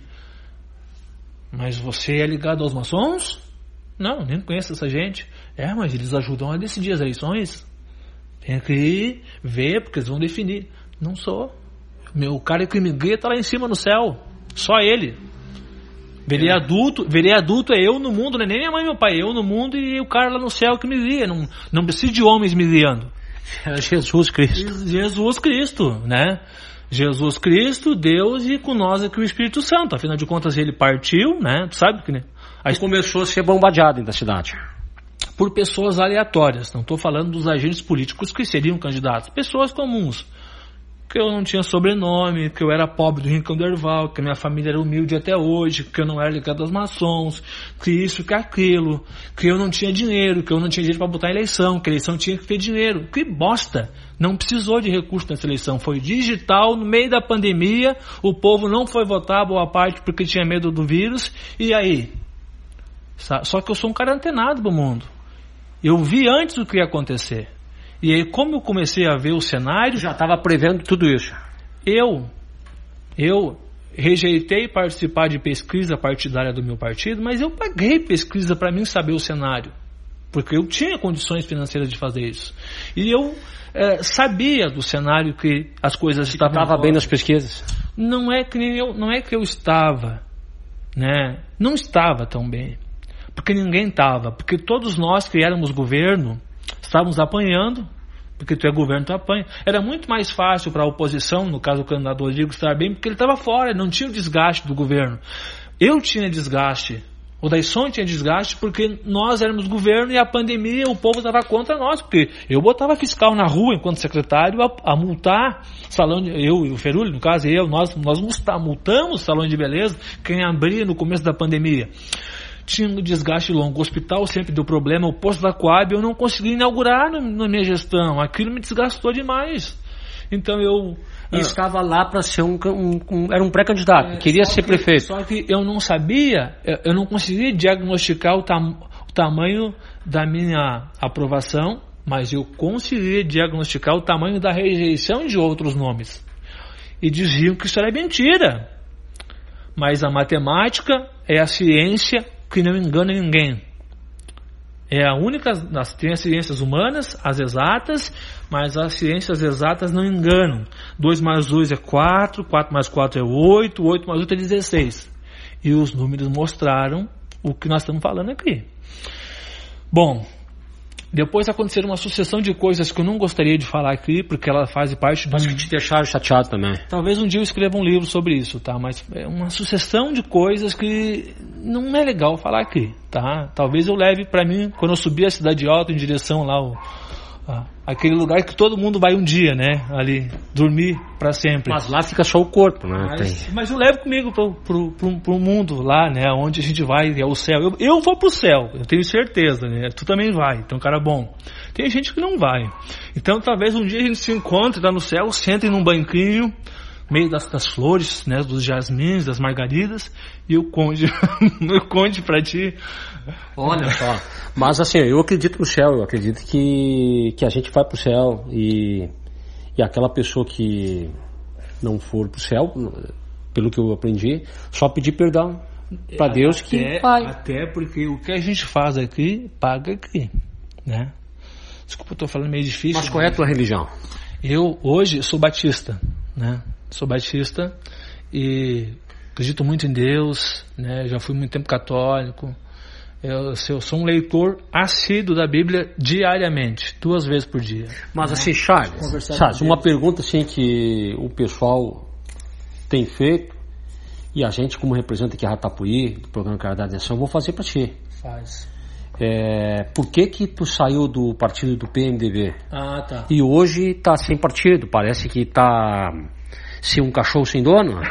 mas você é ligado aos maçons? Não, nem conheço essa gente. É, mas eles ajudam a decidir as eleições. Tem que ver, porque eles vão definir. Não sou. Meu cara que me guia tá lá em cima no céu. Só ele. Verei é. adulto, verei adulto é eu no mundo, não é nem minha mãe e meu pai. Eu no mundo e o cara lá no céu que me guia. Não, não preciso de homens me guiando. É Jesus Cristo. Jesus Cristo, né? Jesus Cristo, Deus e com nós aqui o Espírito Santo. Afinal de contas ele partiu, né? Tu sabe que, né? Aí começou a ser bombardeado dentro da cidade. Por pessoas aleatórias. Não estou falando dos agentes políticos que seriam candidatos. Pessoas comuns. Que eu não tinha sobrenome, que eu era pobre do Rincão do Herval, que minha família era humilde até hoje, que eu não era ligado aos maçons, que isso, que aquilo, que eu não tinha dinheiro, que eu não tinha dinheiro para botar em eleição, que a eleição tinha que ter dinheiro. Que bosta! Não precisou de recurso nessa eleição. Foi digital, no meio da pandemia, o povo não foi votar, boa parte, porque tinha medo do vírus. E aí? Só que eu sou um cara antenado pro mundo. Eu vi antes o que ia acontecer. E aí, como eu comecei a ver o cenário... Já estava prevendo tudo isso. Eu, eu rejeitei participar de pesquisa partidária do meu partido, mas eu paguei pesquisa para mim saber o cenário. Porque eu tinha condições financeiras de fazer isso. E eu é, sabia do cenário que as coisas Você estavam... estava bem nas pesquisas? Não é que nem eu, não é que eu estava, né? Não estava tão bem. Porque ninguém estava. Porque todos nós que éramos governo... Estávamos apanhando, porque tu é governo, tu apanha. Era muito mais fácil para a oposição, no caso o candidato Rodrigo, estar bem, porque ele estava fora, ele não tinha o desgaste do governo. Eu tinha desgaste, o Daisson tinha desgaste, porque nós éramos governo e a pandemia, o povo estava contra nós, porque eu botava fiscal na rua, enquanto secretário, a, a multar salão de... Eu e o Ferulho, no caso, eu, nós, nós multamos salão de beleza, quem abria no começo da pandemia. Tinha um desgaste longo, o hospital sempre deu problema, o posto da Coab eu não consegui inaugurar na, na minha gestão, aquilo me desgastou demais. Então eu... E ah, estava lá para ser um, um, um... Era um pré-candidato, é, queria ser que, prefeito. Só que eu não sabia, eu não conseguia diagnosticar o, tam, o tamanho da minha aprovação, mas eu conseguia diagnosticar o tamanho da rejeição de outros nomes. E diziam que isso era mentira. Mas a matemática é a ciência que não engana ninguém. É a única, tem as ciências humanas, as exatas, mas as ciências exatas não enganam. dois mais dois é quatro, quatro mais quatro é oito, oito mais oito é dezesseis. E os números mostraram o que nós estamos falando aqui. Bom, depois aconteceram uma sucessão de coisas que eu não gostaria de falar aqui, porque ela faz parte... Mas que te deixaram chateado também. Talvez um dia eu escreva um livro sobre isso, tá? Mas é uma sucessão de coisas que não é legal falar aqui, tá? Talvez eu leve para mim, quando eu subir a Cidade Alta em direção lá ao, Ah, aquele lugar que todo mundo vai um dia, né? Ali, dormir para sempre. Mas lá fica só o corpo, né? Mas, mas eu levo comigo pro, pro, pro, pro mundo lá, né? Onde a gente vai, é o céu. Eu, eu vou pro céu, eu tenho certeza, né? Tu também vai, então cara bom. Tem gente que não vai. Então talvez um dia a gente se encontre lá no céu, sentem num banquinho, meio das, das flores, né? Dos jasmins, das margaridas, e eu conte, eu conte pra ti. Olha só. Mas assim, eu acredito no céu, eu acredito que, que a gente vai pro céu e, e aquela pessoa que não for pro céu, pelo que eu aprendi, só pedir perdão para Deus até, que vai. Até porque o que a gente faz aqui, paga aqui, né? Desculpa, eu tô falando meio difícil. Mas qual é a tua religião? Eu hoje sou batista, né? Sou batista e acredito muito em Deus, né? Já fui muito tempo católico. Eu, eu sou um leitor assíduo da Bíblia diariamente, duas vezes por dia. Mas assim, Charles, Charles uma pergunta assim que o pessoal tem feito e a gente como representante aqui a Ratapuí, do programa Caridade em Ação, eu vou fazer para ti. Faz. É, por que que tu saiu do partido do P M D B? Ah, tá. E hoje tá sem partido, parece que tá sem um cachorro sem dono?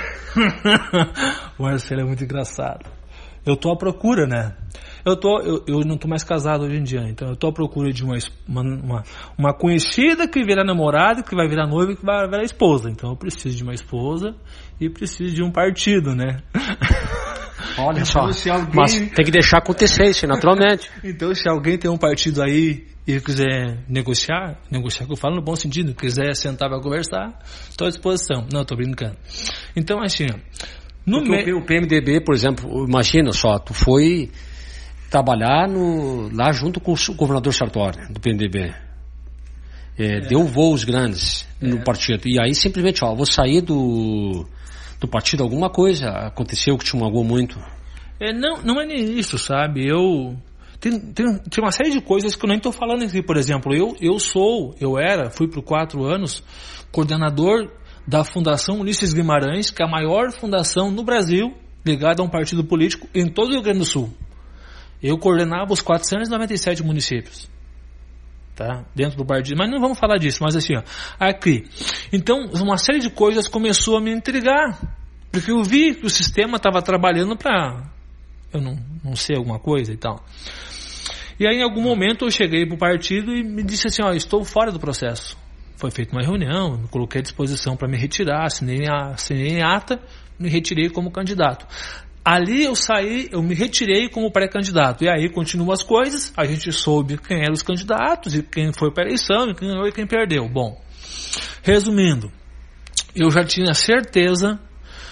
O Marcelo é muito engraçado. Eu tô à procura, né? Eu, tô, eu, eu não tô mais casado hoje em dia, então eu tô à procura de uma, uma, uma conhecida que virá namorada, que vai virar noiva e que vai virar esposa. Então eu preciso de uma esposa e preciso de um partido, né? Olha então, só, alguém... mas tem que deixar acontecer isso, naturalmente. Então se alguém tem um partido aí e quiser negociar, negociar que eu falo no bom sentido, quiser sentar para conversar, estou à disposição. Não, estou brincando. Então assim, ó, no me... o P M D B, por exemplo, imagina só, tu foi trabalhar no, lá junto com o governador Sartori, do P M D B. É, é. Deu voos grandes é. no partido. E aí simplesmente, ó, vou sair do, do partido, alguma coisa aconteceu que te magoou muito? É, não, não é nem isso, sabe? Eu... Tem, tem, tem uma série de coisas que eu nem estou falando aqui, por exemplo. Eu, eu sou, eu era, fui por quatro anos, coordenador da Fundação Ulisses Guimarães, que é a maior fundação no Brasil, ligada a um partido político em todo o Rio Grande do Sul. Eu coordenava os quatrocentos e noventa e sete municípios, tá? Dentro do partido, mas não vamos falar disso, mas assim, ó, aqui. Então, uma série de coisas começou a me intrigar, porque eu vi que o sistema estava trabalhando para, eu não, não sei, alguma coisa e tal. E aí, em algum momento, eu cheguei para o partido e me disse assim, ó, estou fora do processo. Foi feita uma reunião, me coloquei à disposição para me retirar, assinei a, assinei a ata, me retirei como candidato. Ali eu saí, eu me retirei como pré-candidato. E aí continuam as coisas, a gente soube quem eram os candidatos, e quem foi para a eleição, e quem ganhou e quem perdeu. Bom, resumindo, eu já tinha certeza,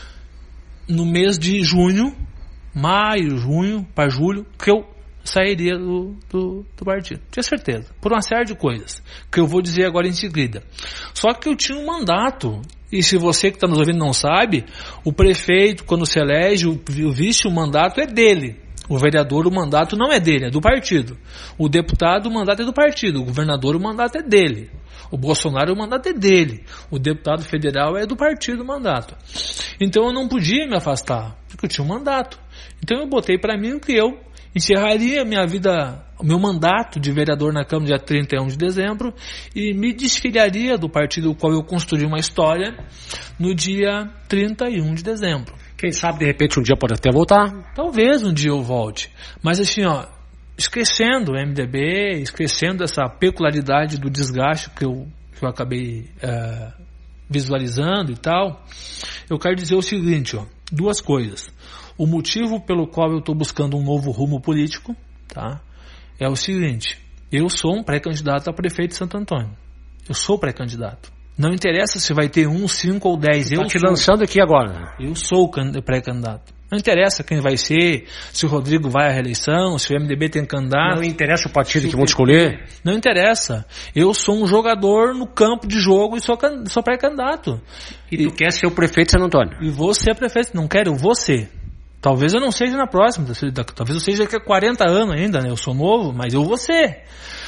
no mês de junho, maio, junho, para julho, que eu sairia do, do, do partido. Tinha certeza, por uma série de coisas, que eu vou dizer agora em seguida. Só que eu tinha um mandato. E se você que está nos ouvindo não sabe, o prefeito, quando se elege, o, o vice, o mandato é dele. O vereador, o mandato não é dele, é do partido. O deputado, o mandato é do partido. O governador, o mandato é dele. O Bolsonaro, o mandato é dele. O deputado federal é do partido, o mandato. Então eu não podia me afastar, porque eu tinha um mandato. Então eu botei para mim que eu encerraria minha vida, o meu mandato de vereador na Câmara dia trinta e um de dezembro e me desfiliaria do partido do qual eu construí uma história no dia trinta e um de dezembro. Quem sabe de repente um dia pode até voltar? Talvez um dia eu volte. Mas assim, ó, esquecendo o M D B, esquecendo essa peculiaridade do desgaste que eu, que eu acabei é, visualizando e tal, eu quero dizer o seguinte, ó, duas coisas. O motivo pelo qual eu estou buscando um novo rumo político, tá, é o seguinte, eu sou um pré-candidato a prefeito de Santo Antônio. Eu sou pré-candidato. Não interessa se vai ter um, cinco ou dez. Eu estou te lançando aqui agora. Eu sou pré-candidato. Não interessa quem vai ser, se o Rodrigo vai à reeleição, se o M D B tem candidato. Não interessa o partido que vão escolher. Não interessa. Eu sou um jogador no campo de jogo e sou, sou pré-candidato. E tu e, quer ser o prefeito de Santo Antônio? E vou ser prefeito. Não quero, eu vou ser. Talvez eu não seja na próxima, talvez eu seja daqui a quarenta anos ainda, né? Eu sou novo, mas eu vou ser.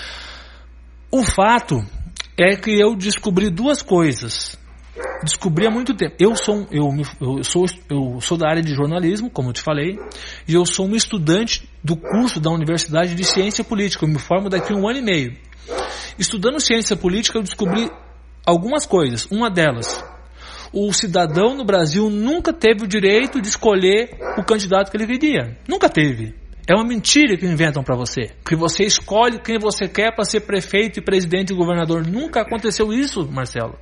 O fato é que eu descobri duas coisas. Descobri há muito tempo. Eu sou, eu, eu, sou, eu sou da área de jornalismo, como eu te falei, e eu sou um estudante do curso da Universidade de Ciência Política. Eu me formo daqui a um ano e meio. Estudando ciência política, eu descobri algumas coisas. Uma delas, o cidadão no Brasil nunca teve o direito de escolher o candidato que ele queria. Nunca teve. É uma mentira que inventam para você. Que você escolhe quem você quer para ser prefeito e presidente e governador. Nunca aconteceu isso, Marcelo.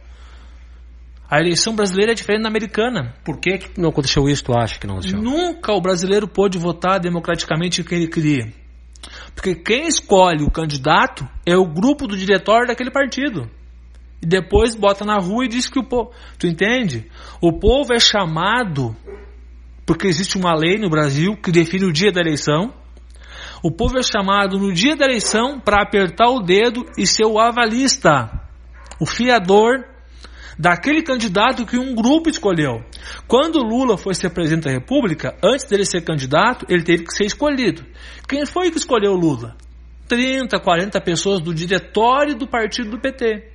A eleição brasileira é diferente da americana. Por que, que não aconteceu isso, tu acha que não aconteceu? Nunca o brasileiro pôde votar democraticamente quem ele queria. Porque quem escolhe o candidato é o grupo do diretório daquele partido. E depois bota na rua e diz que o povo... Tu entende? O povo é chamado... Porque existe uma lei no Brasil que define o dia da eleição. O povo é chamado no dia da eleição para apertar o dedo e ser o avalista, o fiador daquele candidato que um grupo escolheu. Quando Lula foi ser presidente da República, antes dele ser candidato, ele teve que ser escolhido. Quem foi que escolheu Lula? trinta, quarenta pessoas do diretório do partido do P T.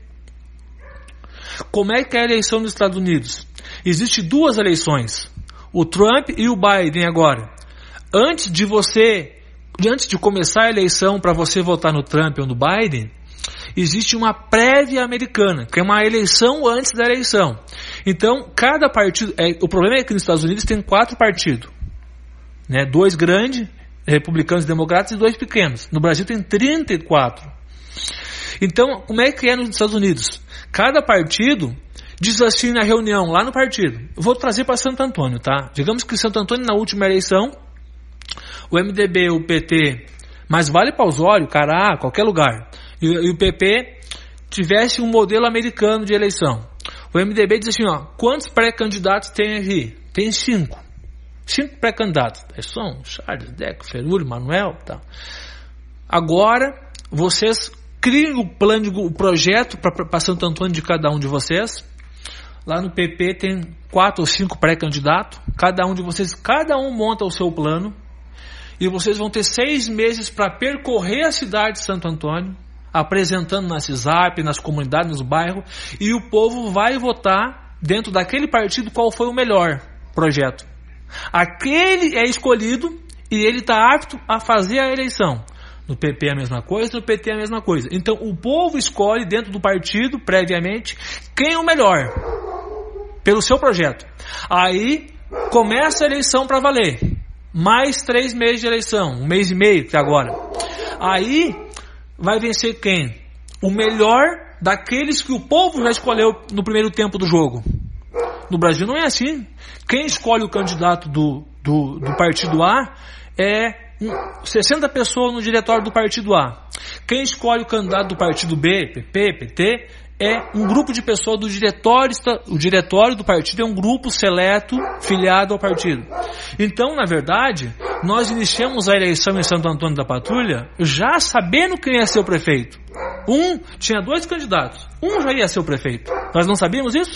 Como é que é a eleição nos Estados Unidos? Existem duas eleições. O Trump e o Biden agora. Antes de você, antes de começar a eleição para você votar no Trump ou no Biden, existe uma prévia americana, que é uma eleição antes da eleição. Então, cada partido... É, o problema é que nos Estados Unidos tem quatro partidos. Né? Dois grandes, republicanos e democratas, e dois pequenos. No Brasil tem trinta e quatro. Então, como é que é nos Estados Unidos? Cada partido... diz assim na reunião, lá no partido. Eu vou trazer para Santo Antônio, tá? Digamos que Santo Antônio, na última eleição, o M D B, o P T, mas vale para Osório, Cará, qualquer lugar, e, e o P P tivesse um modelo americano de eleição. O M D B diz assim, ó, quantos pré-candidatos tem aqui? Tem cinco. Cinco pré-candidatos. São Charles, Deco, Ferrugem, Manuel, tá? Agora, vocês criem o plano, o projeto para Santo Antônio de cada um de vocês. Lá no P P tem quatro ou cinco pré-candidatos. Cada um de vocês, cada um monta o seu plano. E vocês vão ter seis meses para percorrer a cidade de Santo Antônio, apresentando na CISAP, nas comunidades, nos bairros. E o povo vai votar dentro daquele partido qual foi o melhor projeto. Aquele é escolhido e ele está apto a fazer a eleição. No P P é a mesma coisa, no P T é a mesma coisa. Então o povo escolhe dentro do partido, previamente, quem é o melhor, pelo seu projeto. Aí começa a eleição para valer. Mais três meses de eleição, um mês e meio que agora. Aí vai vencer quem? O melhor daqueles que o povo já escolheu no primeiro tempo do jogo. No Brasil não é assim. Quem escolhe o candidato do, do, do partido A é sessenta pessoas no diretório do partido A. Quem escolhe o candidato do partido B, P P, P T, é um grupo de pessoas do diretório. O diretório do partido é um grupo seleto, filiado ao partido. Então, na verdade, nós iniciamos a eleição em Santo Antônio da Patrulha já sabendo quem ia ser o prefeito. Um tinha dois candidatos. Um já ia ser o prefeito. Nós não sabíamos isso?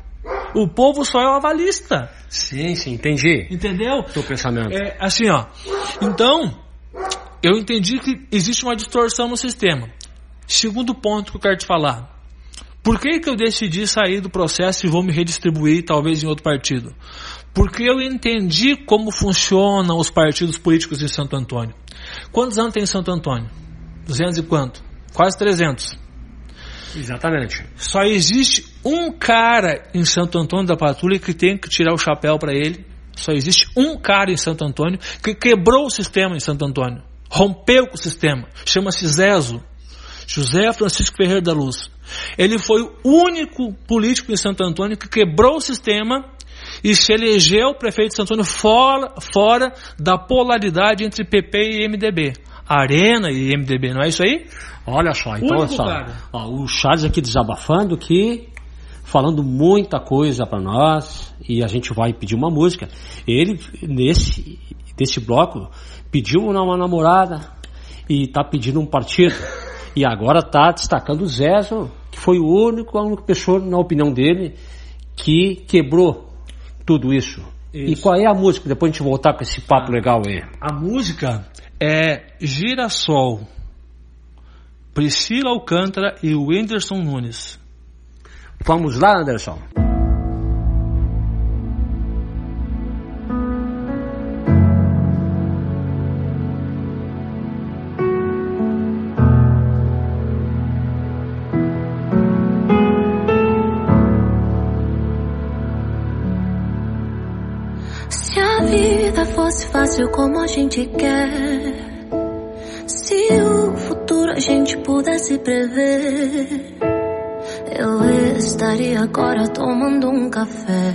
O povo só é o avalista. Sim, sim, entendi. Entendeu? Teu pensamento. É, assim, ó. Então, eu entendi que existe uma distorção no sistema. Segundo ponto que eu quero te falar. Por que que eu decidi sair do processo e vou me redistribuir, talvez, em outro partido? Porque eu entendi como funcionam os partidos políticos em Santo Antônio. Quantos anos tem em Santo Antônio? duzentos e quanto? Quase trezentos. Exatamente. Só existe um cara em Santo Antônio da Patrulha que tem que tirar o chapéu para ele. Só existe um cara em Santo Antônio que quebrou o sistema em Santo Antônio. Rompeu com o sistema. Chama-se Zezo. José Francisco Ferreira da Luz. Ele foi o único político em Santo Antônio que quebrou o sistema e se elegeu prefeito de Santo Antônio fora, fora da polaridade entre P P e M D B. Arena e M D B, não é isso aí? Olha só, então olha só, ó, o Charles aqui desabafando aqui, falando muita coisa para nós, e a gente vai pedir uma música. Ele, nesse, nesse bloco, pediu uma namorada e tá pedindo um partido. E agora tá destacando o Zezo, que foi o único, a única pessoa, na opinião dele, que quebrou tudo isso. isso. E qual é a música? Depois a gente voltar com esse papo ah, legal aí. A música é Girassol, Priscila Alcântara e o Whindersson Nunes. Vamos lá, Anderson. fosse fácil como a gente quer. Se o futuro a gente pudesse prever, eu estaria agora tomando um café,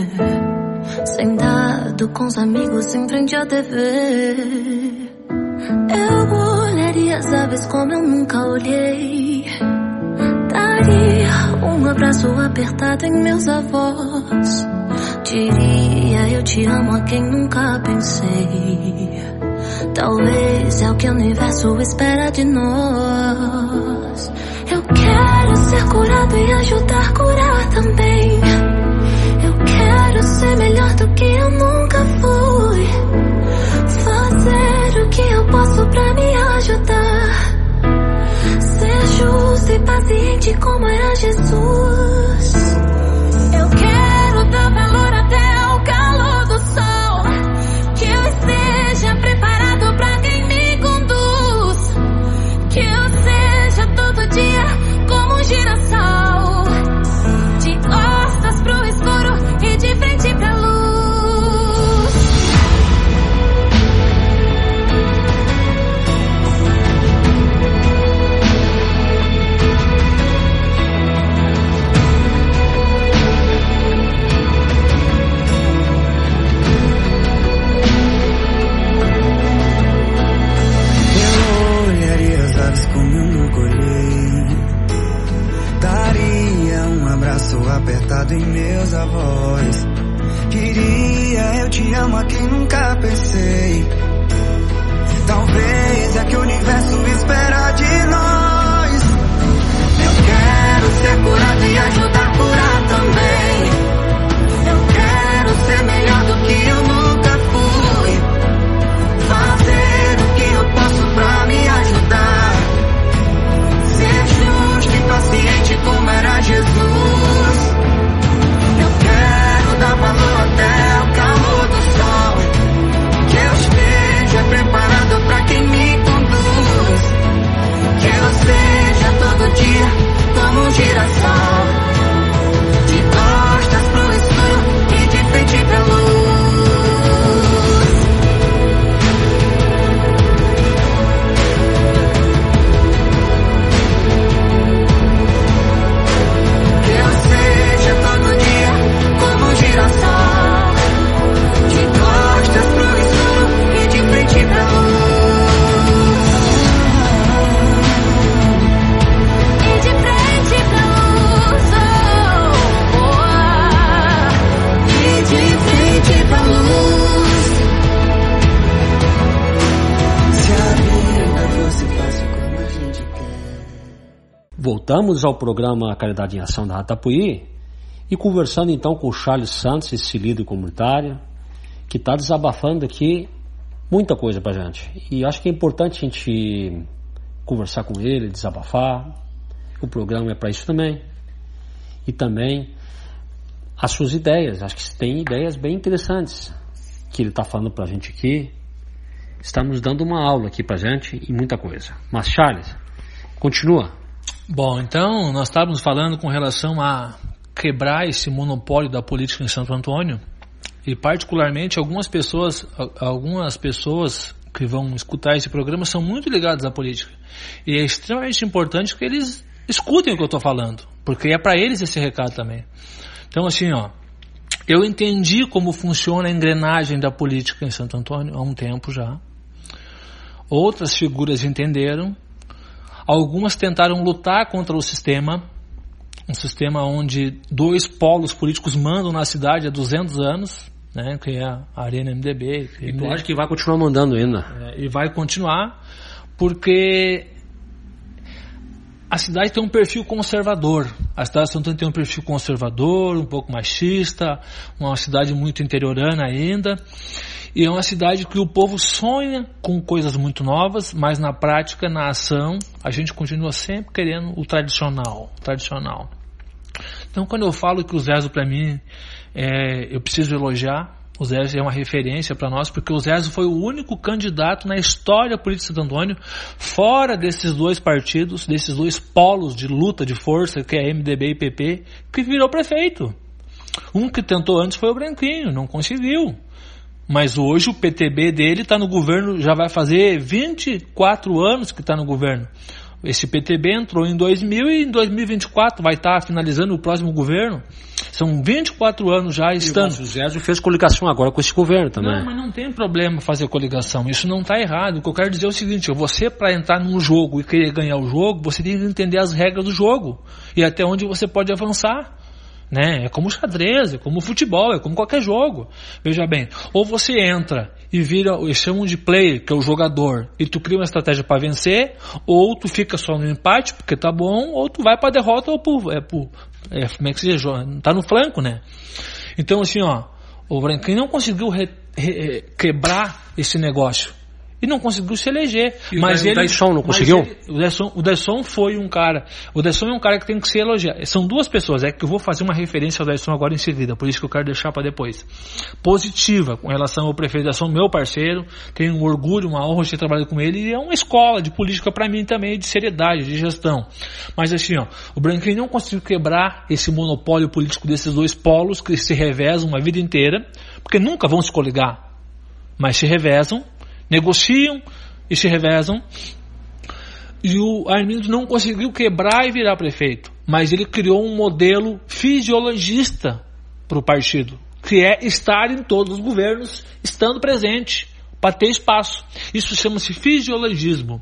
sentado com os amigos em frente à T V. Eu olharia as aves como eu nunca olhei, daria um abraço apertado em meus avós, diria eu te amo a quem nunca pensei. Talvez é o que o universo espera de nós. Eu quero ser curado e ajudar a curar também. Eu quero ser melhor do que eu nunca fui, fazer o que eu posso pra me ajudar, ser justo e paciente como era Jesus. Eu quero dar valor até ao calor do sol, que eu esteja preparado pra quem me conduz, que eu seja todo dia como um girassol, de costas pro escuro e de frente pra luz. Apertado em meus avós, diria eu te amo a quem nunca pensei. Talvez é que o universo espera de nós. Eu quero ser curado e ajudar a curar também. Eu quero ser melhor do que eu nunca fui, fazer o que eu posso pra me ajudar, ser justo e paciente como era Jesus. Dar valor até o calor do sol, que eu esteja preparado pra quem me conduz, que eu seja todo dia como um girassol, de costas pro escuro e de frente pra luz. Que eu seja todo dia como um girassol, de costas pro escuro e de frente pra luz. E de frente pra luz, oh, oh, e de frente pra luz. Se a vida fosse fácil como a gente quer. Voltamos ao programa Caridade em Ação da Ratapuí e conversando então com o Charles Santos, esse líder comunitário, que está desabafando aqui muita coisa pra gente. E acho que é importante a gente conversar com ele, desabafar. O programa é para isso também. E também as suas ideias. Acho que tem ideias bem interessantes que ele está falando pra gente aqui. Está nos dando uma aula aqui pra gente e muita coisa. Mas Charles, continua. Bom, então nós estávamos falando com relação a quebrar esse monopólio da política em Santo Antônio, e particularmente algumas pessoas, algumas pessoas que vão escutar esse programa são muito ligadas à política, e é extremamente importante que eles escutem o que eu estou falando, porque é para eles esse recado também. Então assim, ó, eu entendi como funciona a engrenagem da política em Santo Antônio há um tempo já. Outras figuras entenderam, algumas tentaram lutar contra o sistema, um sistema onde dois polos políticos mandam na cidade há duzentos anos, né, que é a Arena M D B. E tu acha que vai continuar mandando ainda? É, e vai continuar, porque a cidade tem um perfil conservador. A cidade de Santo Antônio tem um perfil conservador, um pouco machista, uma cidade muito interiorana ainda. E é uma cidade que o povo sonha com coisas muito novas, mas na prática, na ação, a gente continua sempre querendo o tradicional. tradicional. Então, quando eu falo que o Zezo, para mim, é, eu preciso elogiar, o Zezo é uma referência para nós, porque o Zezo foi o único candidato na história política de Santo Antônio, fora desses dois partidos, desses dois polos de luta, de força, que é M D B e P P, que virou prefeito. Um que tentou antes foi o Branquinho, não conseguiu. Mas hoje o P T B dele está no governo, já vai fazer vinte e quatro anos que está no governo. Esse P T B entrou em dois mil e em dois mil e vinte e quatro vai estar tá finalizando o próximo governo. São vinte e quatro anos já estando. E o Zézio fez coligação agora com esse governo também. Não, mas não tem problema fazer coligação. Isso não está errado. O que eu quero dizer é o seguinte: você, para entrar num jogo e querer ganhar o jogo, você tem que entender as regras do jogo e até onde você pode avançar. Né? É como xadrez, é como futebol, é como qualquer jogo. Veja bem, ou você entra e vira, eles chamam de player, que é o jogador, e tu cria uma estratégia para vencer, ou tu fica só no empate, porque tá bom, ou tu vai para derrota, ou pro, é, pro, é, como é que se diz? Tá no flanco, né? Então assim, ó, o Branquinho não conseguiu re, re, quebrar esse negócio. E não conseguiu se eleger. E mas o ele, Daisson não conseguiu? Ele, o, Daisson, o Daisson foi um cara. O Daisson é um cara que tem que ser elogiado. São duas pessoas. É que eu vou fazer uma referência ao Daisson agora em seguida. Por isso que eu quero deixar para depois. Positiva com relação ao prefeito Daisson, meu parceiro. Tenho um orgulho, uma honra de ter trabalhado com ele. E é uma escola de política para mim também, de seriedade, de gestão. Mas assim, ó, o Branquinho não conseguiu quebrar esse monopólio político desses dois polos que se revezam a vida inteira. Porque nunca vão se coligar. Mas se revezam. Negociam e se revezam. E o Armindo não conseguiu quebrar e virar prefeito, mas ele criou um modelo fisiologista para o partido, que é estar em todos os governos, estando presente, para ter espaço. Isso chama-se fisiologismo.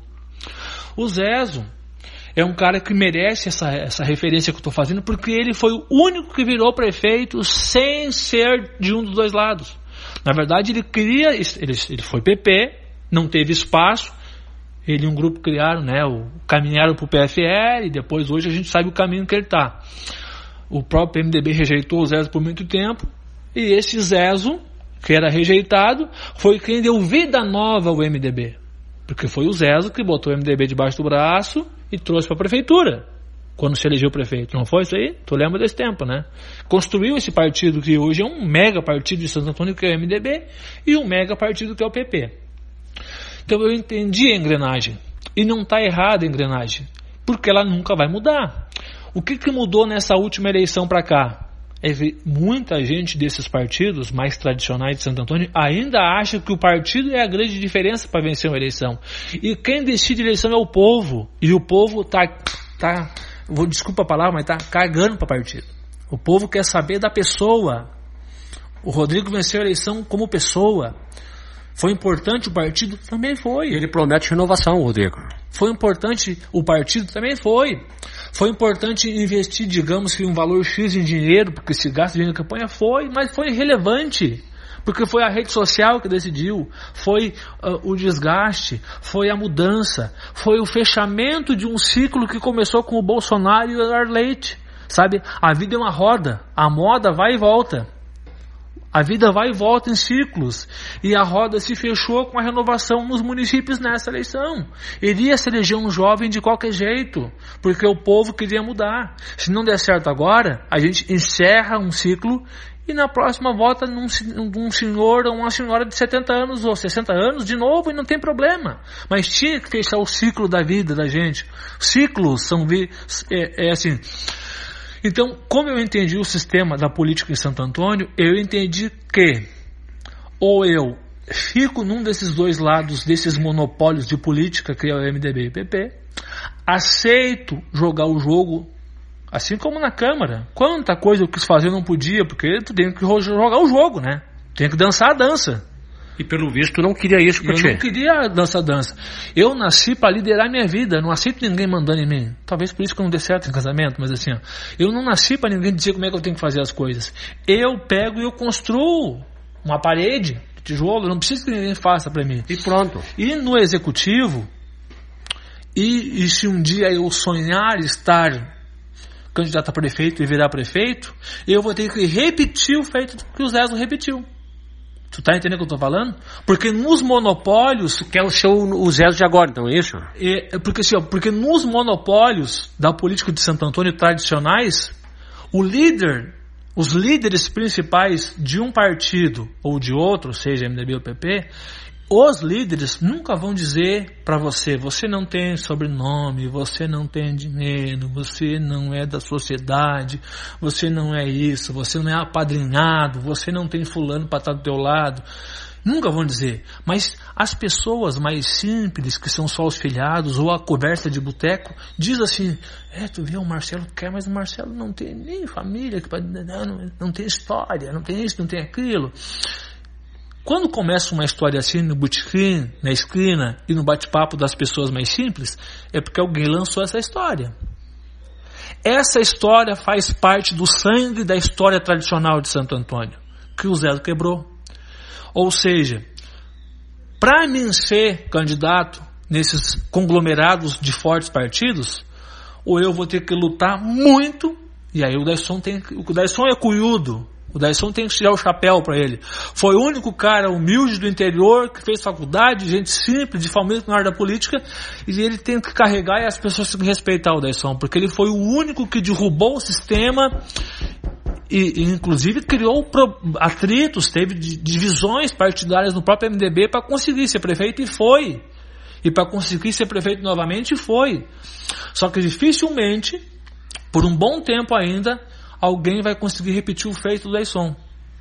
O Zézio é um cara que merece essa, essa referência que eu estou fazendo, porque ele foi o único que virou prefeito sem ser de um dos dois lados. Na verdade, ele queria, ele, ele foi P P, não teve espaço, ele e um grupo criaram, né, o, caminharam para o P F L, e depois hoje a gente sabe o caminho que ele está. O próprio M D B rejeitou o Zézio por muito tempo, e esse Zézio, que era rejeitado, foi quem deu vida nova ao M D B. Porque foi o Zézio que botou o M D B debaixo do braço e trouxe para a prefeitura. Quando se elegeu prefeito, não foi isso aí? Tu lembra desse tempo, né? Construiu esse partido que hoje é um mega partido de Santo Antônio, que é o M D B, e um mega partido que é o P P. Então eu entendi a engrenagem. E não está errada a engrenagem, porque ela nunca vai mudar. O que, que mudou nessa última eleição para cá? É que muita gente desses partidos mais tradicionais de Santo Antônio ainda acha que o partido é a grande diferença para vencer uma eleição. E quem decide a eleição é o povo. E o povo está... tá Vou, desculpa a palavra, mas tá cagando para partido. O povo quer saber da pessoa. O Rodrigo venceu a eleição como pessoa. Foi importante o partido? Também foi. Ele promete renovação, Rodrigo. Foi importante o partido? Também foi. Foi importante investir, digamos que um valor X em dinheiro, porque se gasta dinheiro na campanha? Foi, mas foi irrelevante. Porque foi a rede social que decidiu, foi uh, o desgaste, foi a mudança, foi o fechamento de um ciclo que começou com o Bolsonaro e o Eduardo Leite. Sabe, a vida é uma roda, a moda vai e volta. A vida vai e volta em ciclos. E a roda se fechou com a renovação nos municípios nessa eleição. Iria se eleger um jovem de qualquer jeito, porque o povo queria mudar. Se não der certo agora, a gente encerra um ciclo e na próxima vota num, num senhor ou uma senhora de setenta anos ou sessenta anos de novo e não tem problema. Mas tinha que fechar o ciclo da vida da gente. Ciclos são... É, é assim... Então, como eu entendi o sistema da política em Santo Antônio, eu entendi que ou eu fico num desses dois lados, desses monopólios de política, que é o M D B e o P P, aceito jogar o jogo, assim como na Câmara. Quanta coisa eu quis fazer eu não podia, porque tu tem que jogar o jogo, né? Tem que dançar a dança. E pelo visto não queria isso pra ti. Eu não queria dança dança. Eu nasci para liderar minha vida. Eu não aceito ninguém mandando em mim. Talvez por isso que eu não dê certo em casamento, mas assim, ó, eu não nasci para ninguém dizer como é que eu tenho que fazer as coisas. Eu pego e eu construo uma parede de tijolo. Eu não preciso que ninguém faça para mim. E pronto. E no executivo, e, e se um dia eu sonhar estar candidato a prefeito e virar prefeito, eu vou ter que repetir o feito que o Zézio repetiu. Tu tá entendendo o que eu tô falando? Porque nos monopólios... Que é o seu o Zézio de agora, então, é isso? É, porque, assim, ó, porque nos monopólios da política de Santo Antônio tradicionais, o líder, os líderes principais de um partido ou de outro, seja M D B ou P P, os líderes nunca vão dizer para você, você não tem sobrenome, você não tem dinheiro, você não é da sociedade, você não é isso, você não é apadrinhado, você não tem fulano para estar do teu lado. Nunca vão dizer. Mas as pessoas mais simples, que são só os filhados, ou a conversa de boteco, diz assim, é, tu vê, o Marcelo quer, mas o Marcelo não tem nem família, não, não tem história, não tem isso, não tem aquilo. Quando começa uma história assim no botequim, na esquina e no bate-papo das pessoas mais simples, é porque alguém lançou essa história. Essa história faz parte do sangue da história tradicional de Santo Antônio, que o Zé quebrou. Ou seja, para mim ser candidato nesses conglomerados de fortes partidos, ou eu vou ter que lutar muito, e aí o Daisson tem o Daisson é cunhudo, o Daisson tem que tirar o chapéu para ele. Foi o único cara humilde do interior que fez faculdade, gente simples, de família na área da política, e ele tem que carregar e as pessoas têm que respeitar o Daisson, porque ele foi o único que derrubou o sistema. E, e inclusive criou atritos, teve divisões partidárias no próprio M D B para conseguir ser prefeito e foi. E para conseguir ser prefeito novamente foi. Só que dificilmente, por um bom tempo ainda, alguém vai conseguir repetir o feito do Daisson.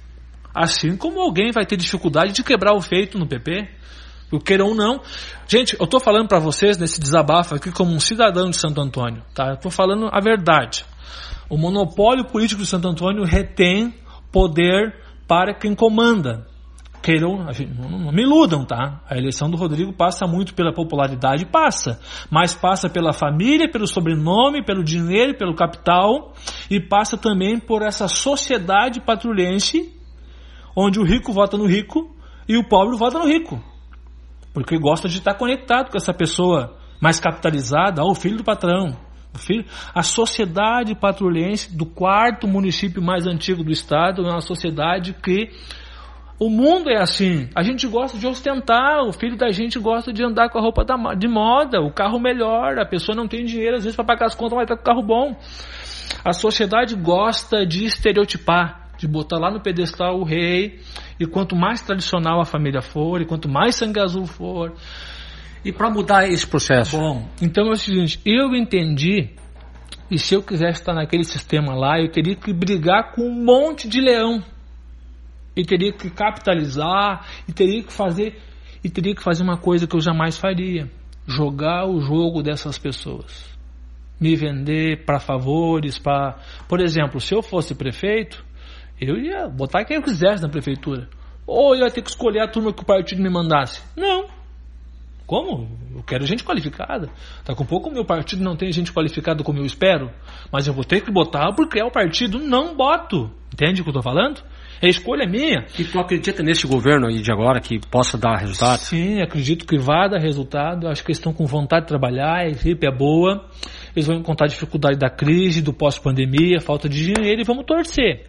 Assim como alguém vai ter dificuldade de quebrar o feito no P P. Eu queira ou não. Gente, eu estou falando para vocês nesse desabafo aqui como um cidadão de Santo Antônio. Tá? Eu estou falando a verdade. O monopólio político de Santo Antônio retém poder para quem comanda. Queiram, não me iludam, tá? A eleição do Rodrigo passa muito pela popularidade, passa. Mas passa pela família, pelo sobrenome, pelo dinheiro, pelo capital. E passa também por essa sociedade patrulhense, onde o rico vota no rico e o pobre vota no rico. Porque gosta de estar conectado com essa pessoa mais capitalizada, o filho do patrão. Filho, a sociedade patrulhense do quarto município mais antigo do estado é uma sociedade que o mundo é assim, a gente gosta de ostentar, o filho da gente gosta de andar com a roupa da, de moda, o carro melhor, a pessoa não tem dinheiro às vezes para pagar as contas, mas está com o carro bom. A sociedade gosta de estereotipar, de botar lá no pedestal o rei, e quanto mais tradicional a família for, e quanto mais sangue azul for. E para mudar esse processo? Bom, então é o seguinte, eu entendi, e se eu quisesse estar naquele sistema lá, eu teria que brigar com um monte de leão. E teria que capitalizar, e teria que fazer, e teria que fazer uma coisa que eu jamais faria. Jogar o jogo dessas pessoas. Me vender para favores, para... Por exemplo, se eu fosse prefeito, eu ia botar quem eu quisesse na prefeitura. Ou eu ia ter que escolher a turma que o partido me mandasse. Não. Como? Eu quero gente qualificada. Tá com pouco o meu partido não tem gente qualificada como eu espero, mas eu vou ter que botar porque é o partido, não boto. Entende o que eu tô falando? A escolha é minha. E tu acredita nesse governo aí de agora que possa dar resultado? Sim, acredito que vai dar resultado. Acho que eles estão com vontade de trabalhar, a equipe é boa. Eles vão encontrar a dificuldade da crise, do pós-pandemia, falta de dinheiro e vamos torcer.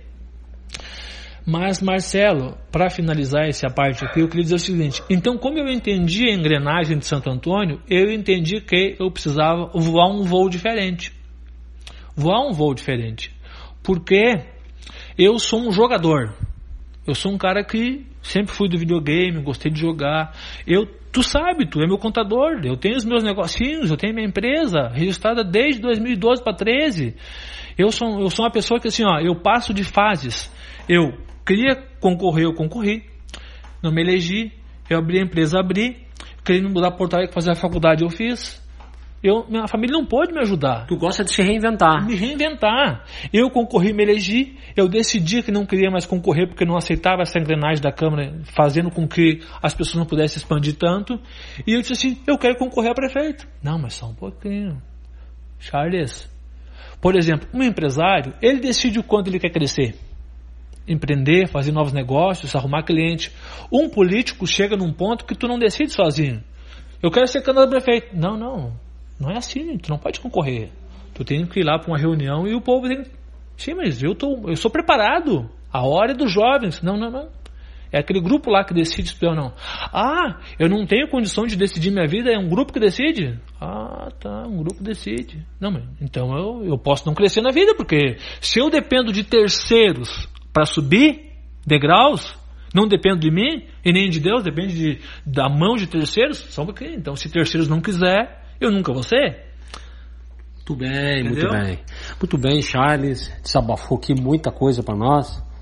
Mas, Marcelo, para finalizar essa parte aqui, eu queria dizer o seguinte. Então, como eu entendi a engrenagem de Santo Antônio, eu entendi que eu precisava voar um voo diferente. Voar um voo diferente. Porque eu sou um jogador. Eu sou um cara que sempre fui do videogame, gostei de jogar. Eu, tu sabe, tu é meu contador. Eu tenho os meus negocinhos, eu tenho minha empresa registrada desde dois mil e doze para treze. Eu sou, eu sou uma pessoa que assim, ó, eu passo de fases. Eu queria concorrer, eu concorri. Não me elegi. Eu abri a empresa, abri. Queria mudar para Porto Alegre, fazer a faculdade, eu fiz. Eu, minha família não pôde me ajudar. Tu gosta de se reinventar. Me reinventar. Eu concorri, me elegi. Eu decidi que não queria mais concorrer porque não aceitava essa engrenagem da Câmara, fazendo com que as pessoas não pudessem expandir tanto. E eu disse assim, eu quero concorrer a prefeito. Não, mas só um pouquinho. Charles, por exemplo, um empresário, ele decide o quanto ele quer crescer. Empreender, fazer novos negócios, arrumar cliente. Um político chega num ponto que tu não decide sozinho. Eu quero ser candidato a prefeito. Não, não. Não é assim, tu não pode concorrer. Tu tem que ir lá para uma reunião e o povo tem que... Sim, mas eu, tô, eu sou preparado. A hora é dos jovens. Não, não, não. É aquele grupo lá que decide se tu é ou não. Ah, eu não tenho condição de decidir minha vida, é um grupo que decide? Ah, tá, um grupo decide. Não, mas então eu, eu posso não crescer na vida, porque se eu dependo de terceiros para subir degraus, não dependo de mim e nem de Deus, depende de, da mão de terceiros, só porque então se terceiros não quiser, eu nunca vou ser. Muito bem, entendeu? Muito bem. Muito bem, Charles. Desabafou aqui muita coisa para nós.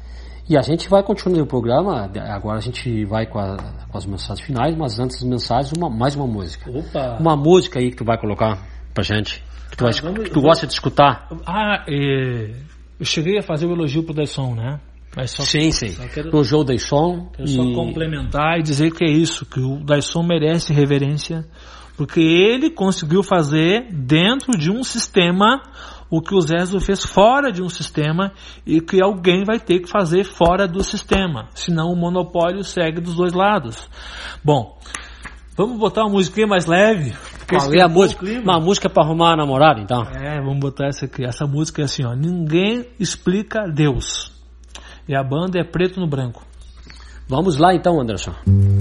E a gente vai continuar o programa. Agora a gente vai com, a, com as mensagens finais, mas antes das mensagens, uma, mais uma música. Opa! Uma música aí que tu vai colocar pra gente, que tu, vai, ah, vamos, que tu gosta de escutar. Ah, é, eu cheguei a fazer o elogio pro Dayson, né? Mas só, sim, sim. Só quero, no jogo Dayson. Quero e... só complementar e dizer que é isso, que o Dayson merece reverência, porque ele conseguiu fazer dentro de um sistema o que o Zezo fez fora de um sistema e que alguém vai ter que fazer fora do sistema, senão o monopólio segue dos dois lados. Bom, vamos botar uma musiquinha mais leve. Qual é a música? Uma música para arrumar a namorada, então. É, vamos botar essa aqui. Essa música é assim, ó. Ninguém explica Deus. E a banda é Preto no Branco. Vamos lá então, Anderson.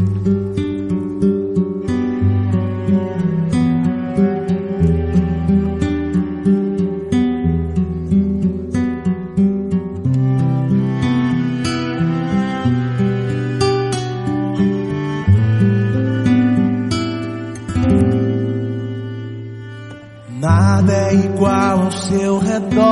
Nada é igual ao seu redor,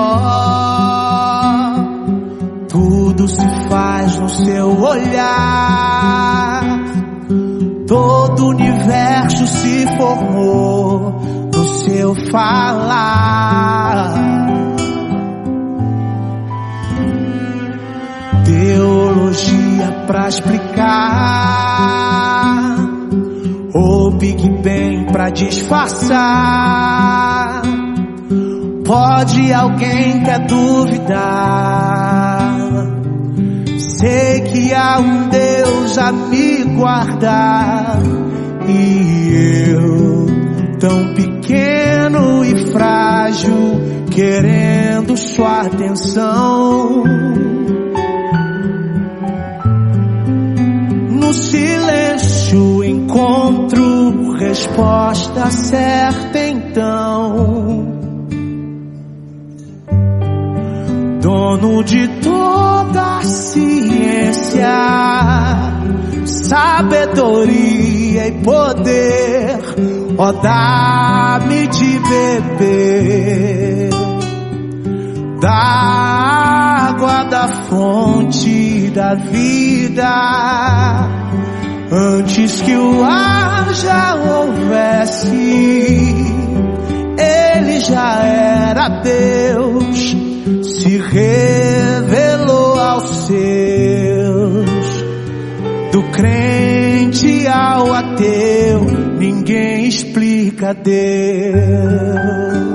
tudo se faz no seu olhar, todo o universo se formou no seu falar. Teologia pra explicar, ou Big Bang pra disfarçar. Pode alguém quer duvidar? Sei que há um Deus a me guardar, e eu, tão pequeno e frágil, querendo sua atenção. No silêncio encontro resposta certa então. Dono de toda a ciência, sabedoria e poder, ó, dá-me de beber da água da fonte da vida, antes que o ar já houvesse, ele já era Deus, se revelou aos seus. Do crente ao ateu, ninguém explica Deus.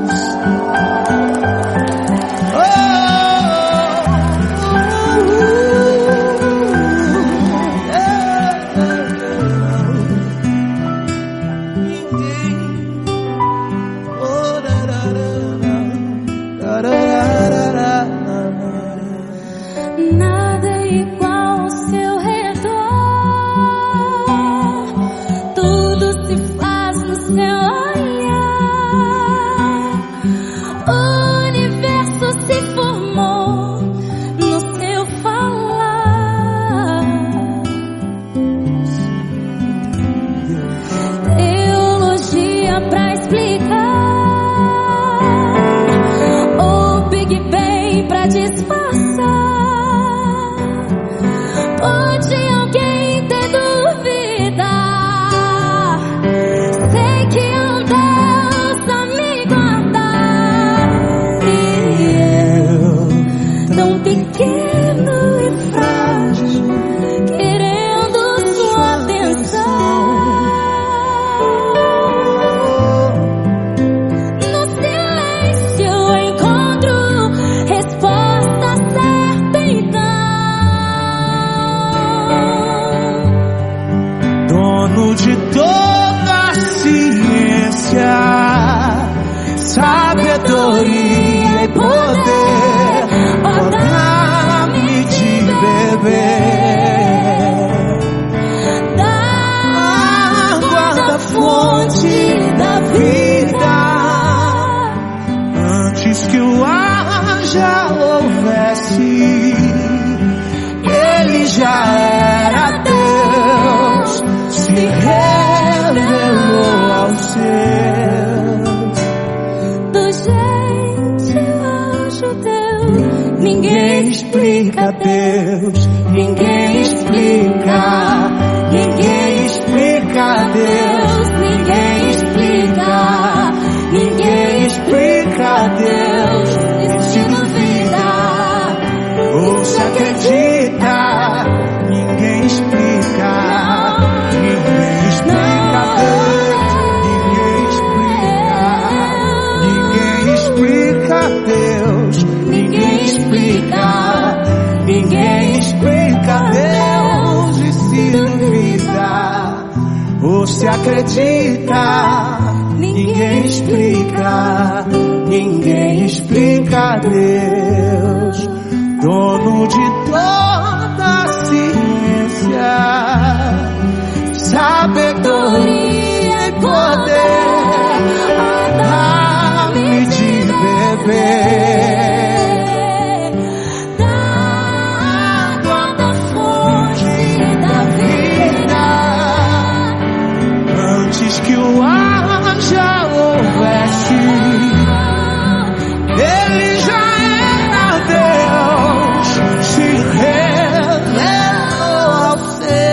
Sabedoria e poder, ó, dá-me de beber da água da fonte da vida, antes que o ar já houvesse, ele já era Deus, se revelou aos seus. Ninguém explica Deus, acredita, ninguém explica, ninguém explica Deus, dono de toda a ciência, sabedoria e poder, dá-me de beber. Que o ar já houvesse, ele já era Deus, se revelou aos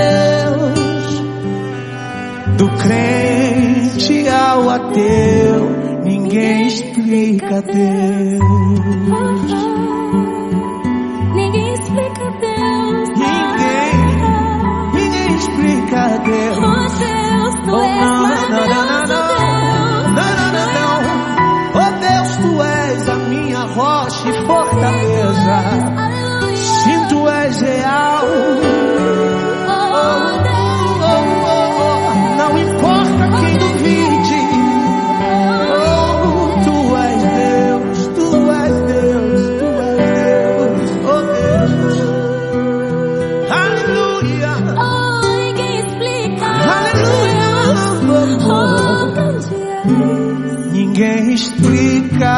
seus. Do crente ao ateu, ninguém explica Deus. Ninguém explica Deus. Ninguém, ninguém explica Deus. Oh Deus, tu és maravilhoso, Deus. Não, não, não, não. Oh Deus, tu és a minha rocha e fortaleza. Sim, tu és real. Oh, oh, oh, oh. Não importa quem duvide. Oh, tu és Deus, tu és Deus, tu és Deus. Oh Deus. Aleluia. Oh, ninguém explica. Aleluia. Ninguém explica.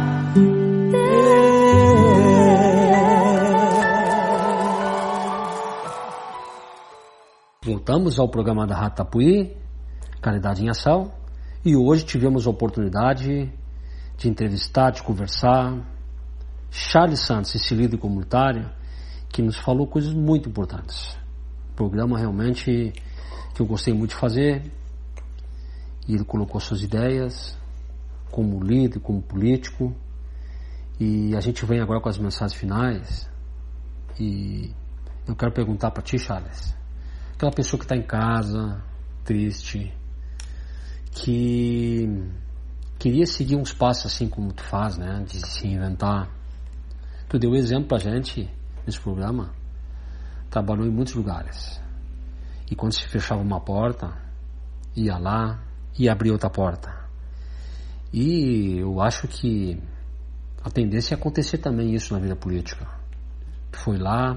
Voltamos ao programa da Rádio Tapuí, Caridade em Ação, e hoje tivemos a oportunidade de entrevistar, de conversar Charles Santos, esse líder comunitário, que nos falou coisas muito importantes. Programa realmente que eu gostei muito de fazer, e ele colocou suas ideias como líder, como político, e a gente vem agora com as mensagens finais, e eu quero perguntar para ti, Charles, aquela pessoa que está em casa, triste, que queria seguir uns passos assim como tu faz, né, de se reinventar. Tu deu exemplo pra gente nesse programa, trabalhou em muitos lugares, e quando se fechava uma porta, ia lá e abria outra porta. E eu acho que a tendência é acontecer também isso na vida política. Tu foi lá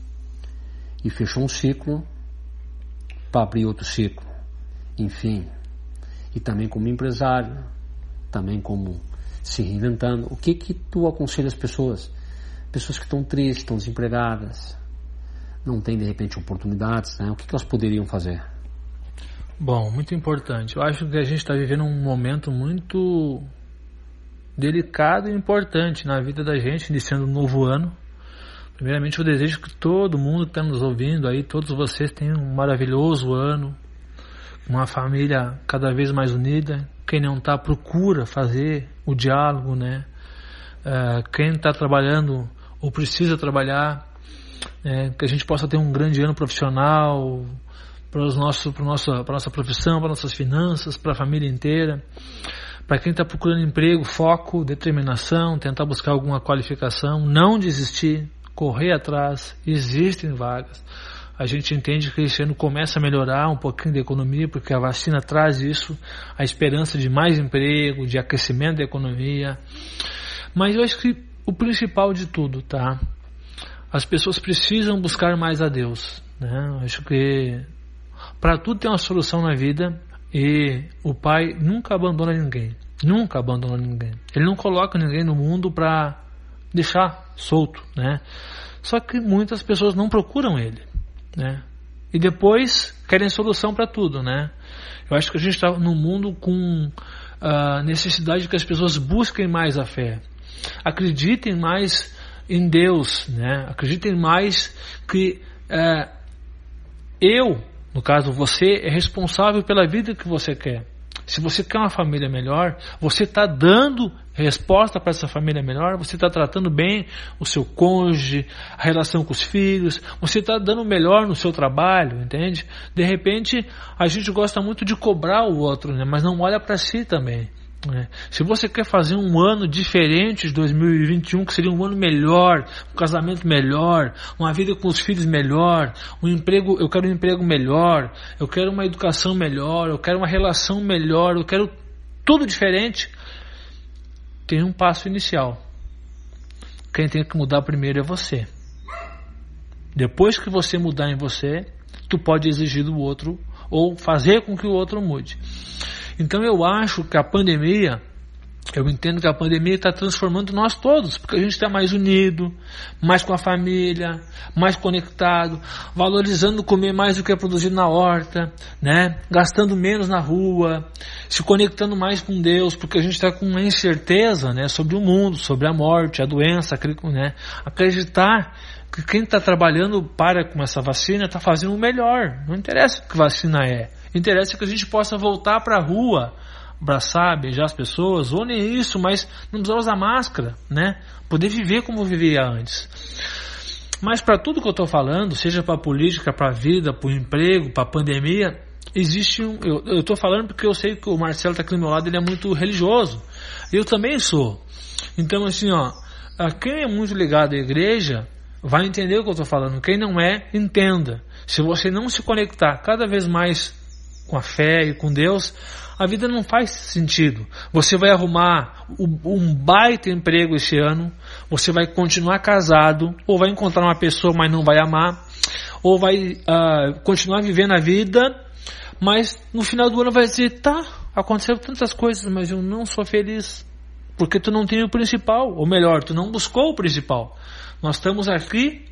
e fechou um ciclo para abrir outro ciclo, enfim. E também como empresário, também como se reinventando. O que que tu aconselha as pessoas? Pessoas que estão tristes, estão desempregadas, não têm de repente oportunidades, né? O que que elas poderiam fazer? Bom, muito importante. Eu acho que a gente está vivendo um momento muito delicado e importante na vida da gente, iniciando um novo ano. Primeiramente, eu desejo que todo mundo que está nos ouvindo aí, todos vocês tenham um maravilhoso ano, uma família cada vez mais unida. Quem não está, procura fazer o diálogo, né? Uh, quem está trabalhando ou precisa trabalhar, né? Que a gente possa ter um grande ano profissional, para os nossos, para nossa, para nossa profissão, para nossas finanças, para a família inteira. Para quem está procurando emprego, foco, determinação, tentar buscar alguma qualificação, não desistir, correr atrás, existem vagas. A gente entende que esse ano começa a melhorar um pouquinho da economia, porque a vacina traz isso, a esperança de mais emprego, de aquecimento da economia. Mas eu acho que o principal de tudo, tá? As pessoas precisam buscar mais a Deus, né? Eu acho que para tudo tem uma solução na vida, e o Pai nunca abandona ninguém, nunca abandona ninguém. Ele não coloca ninguém no mundo para deixar solto, né? Só que muitas pessoas não procuram Ele, né? E depois querem solução para tudo, né? Eu acho que a gente está num mundo com a necessidade de que as pessoas busquem mais a fé, acreditem mais em Deus, né? Acreditem mais que é, eu, no caso você, é responsável pela vida que você quer. Se você quer uma família melhor, você está dando resposta para essa família melhor, você está tratando bem o seu cônjuge, a relação com os filhos, você está dando o melhor no seu trabalho, entende? De repente, a gente gosta muito de cobrar o outro, né? Mas não olha para si também. É. Se você quer fazer um ano diferente de dois mil e vinte e um, que seria um ano melhor, um casamento melhor, uma vida com os filhos melhor, um emprego, eu quero um emprego melhor, eu quero uma educação melhor, eu quero uma relação melhor, eu quero tudo diferente, tem um passo inicial. Quem tem que mudar primeiro é você. Depois que você mudar em você, tu pode exigir do outro ou fazer com que o outro mude. Então eu acho que a pandemia, eu entendo que a pandemia está transformando nós todos, porque a gente está mais unido, mais com a família, mais conectado, valorizando comer mais do que é produzido na horta, né? Gastando menos na rua, se conectando mais com Deus, porque a gente está com uma incerteza, né, sobre o mundo, sobre a morte, a doença, né? Acreditar que quem está trabalhando para com essa vacina está fazendo o melhor. Não interessa o que vacina é. Interessa que a gente possa voltar para a rua, abraçar, beijar as pessoas, ou nem isso, mas não precisar usar máscara, né? Poder viver como vivia antes. Mas para tudo que eu estou falando, seja para a política, para a vida, para o emprego, para a pandemia, existe um... Eu estou falando porque eu sei que o Marcelo está aqui do meu lado, ele é muito religioso. Eu também sou. Então, assim, ó, quem é muito ligado à igreja vai entender o que eu estou falando. Quem não é, entenda. Se você não se conectar cada vez mais com a fé e com Deus, a vida não faz sentido. Você vai arrumar um baita emprego esse ano, você vai continuar casado, ou vai encontrar uma pessoa, mas não vai amar, ou vai uh, continuar vivendo a vida, mas no final do ano vai dizer, tá, aconteceram tantas coisas, mas eu não sou feliz, porque tu não tem o principal, ou melhor, tu não buscou o principal. Nós estamos aqui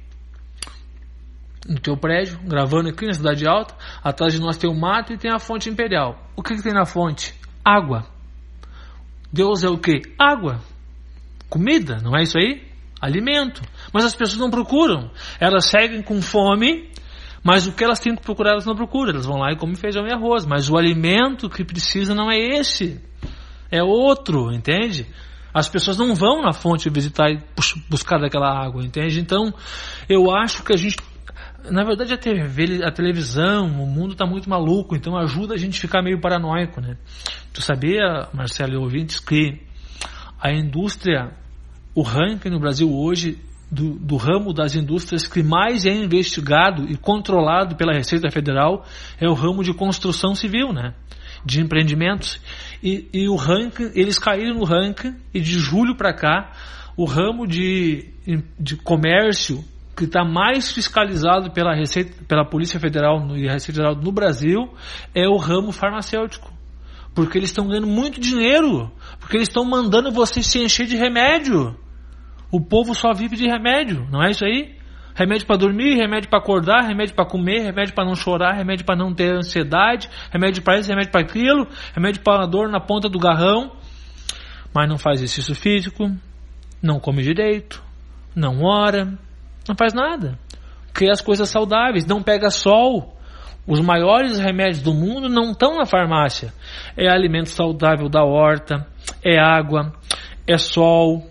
no teu prédio, gravando aqui na Cidade Alta. Atrás de nós tem o mato e tem a fonte imperial. O que, que tem na fonte? Água. Deus é o que? Água. Comida, não é isso aí? Alimento. Mas as pessoas não procuram. Elas seguem com fome, mas o que elas têm que procurar elas não procuram. Elas vão lá e comem feijão e arroz. Mas o alimento que precisa não é esse. É outro, entende? As pessoas não vão na fonte visitar e buscar daquela água, entende? Então, eu acho que a gente... Na verdade, a T V, a televisão, o mundo está muito maluco, então ajuda a gente a ficar meio paranoico, né? Tu sabia, Marcelo e ouvintes, que a indústria, o ranking no Brasil hoje, do, do ramo das indústrias que mais é investigado e controlado pela Receita Federal, é o ramo de construção civil, né? De empreendimentos. E, e o ranking, eles caíram no ranking, e de julho para cá, o ramo de, de comércio que está mais fiscalizado pela Receita, pela Polícia Federal e a Receita Federal no Brasil é o ramo farmacêutico. Porque eles estão ganhando muito dinheiro. Porque eles estão mandando você se encher de remédio. O povo só vive de remédio, não é isso aí? Remédio para dormir, remédio para acordar, remédio para comer, remédio para não chorar, remédio para não ter ansiedade, remédio para isso, remédio para aquilo, remédio para dor na ponta do garrão. Mas não faz exercício físico, não come direito, não ora, não faz nada. Cria as coisas saudáveis, não pega sol. Os maiores remédios do mundo não estão na farmácia. É alimento saudável da horta, é água, é sol,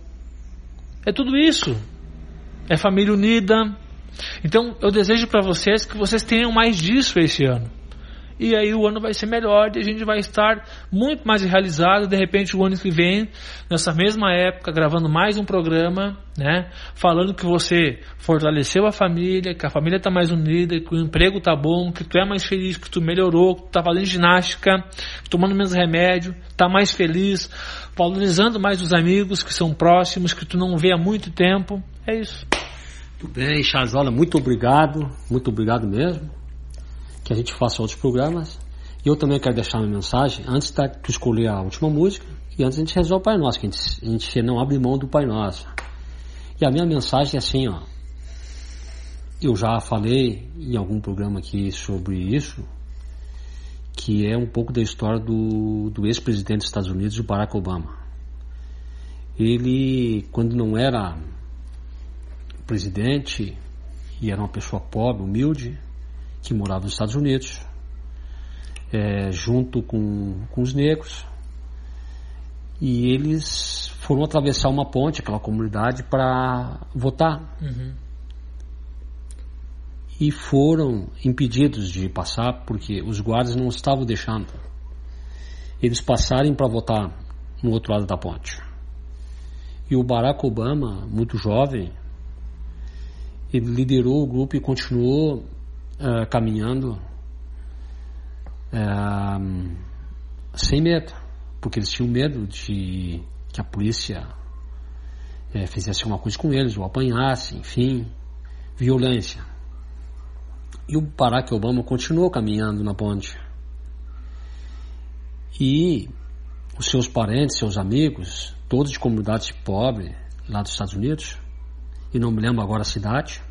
é tudo isso. É família unida. Então eu desejo para vocês que vocês tenham mais disso esse ano. E aí o ano vai ser melhor e a gente vai estar muito mais realizado. De repente o ano que vem, nessa mesma época, gravando mais um programa, né, falando que você fortaleceu a família, que a família está mais unida, que o emprego está bom, que tu é mais feliz, que tu melhorou, que tu está fazendo ginástica, tomando menos remédio, está mais feliz, valorizando mais os amigos que são próximos, que tu não vê há muito tempo. É isso. Muito bem, Charles, olha, muito obrigado, muito obrigado mesmo. Que a gente faça outros programas. E eu também quero deixar uma mensagem, antes de tu escolher a última música, e antes a gente rezar o Pai Nosso, que a gente, a gente não abre mão do Pai Nosso. E a minha mensagem é assim, ó. Eu já falei em algum programa aqui sobre isso, que é um pouco da história do, do ex-presidente dos Estados Unidos, o Barack Obama. Ele, quando não era presidente, e era uma pessoa pobre, humilde, que morava nos Estados Unidos, é, junto com, com os negros, e eles foram atravessar uma ponte, aquela comunidade, para votar. Uhum. E foram impedidos de passar porque os guardas não estavam deixando eles passarem para votar no outro lado da ponte. E o Barack Obama, muito jovem, ele liderou o grupo e continuou uh, caminhando uh, sem medo, porque eles tinham medo de que a polícia uh, fizesse alguma coisa com eles, ou apanhasse, enfim, violência. E o Barack Obama continuou caminhando na ponte. E os seus parentes, seus amigos, todos de comunidade pobre lá dos Estados Unidos, e não me lembro agora a cidade,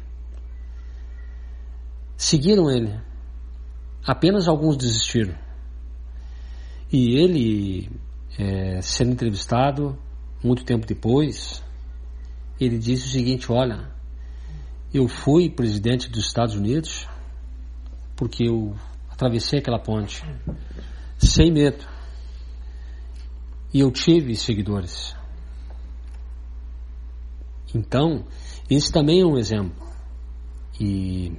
seguiram ele. Apenas alguns desistiram. E ele, é, sendo entrevistado, muito tempo depois, ele disse o seguinte: olha, eu fui presidente dos Estados Unidos porque eu atravessei aquela ponte sem medo. E eu tive seguidores. Então, esse também é um exemplo. E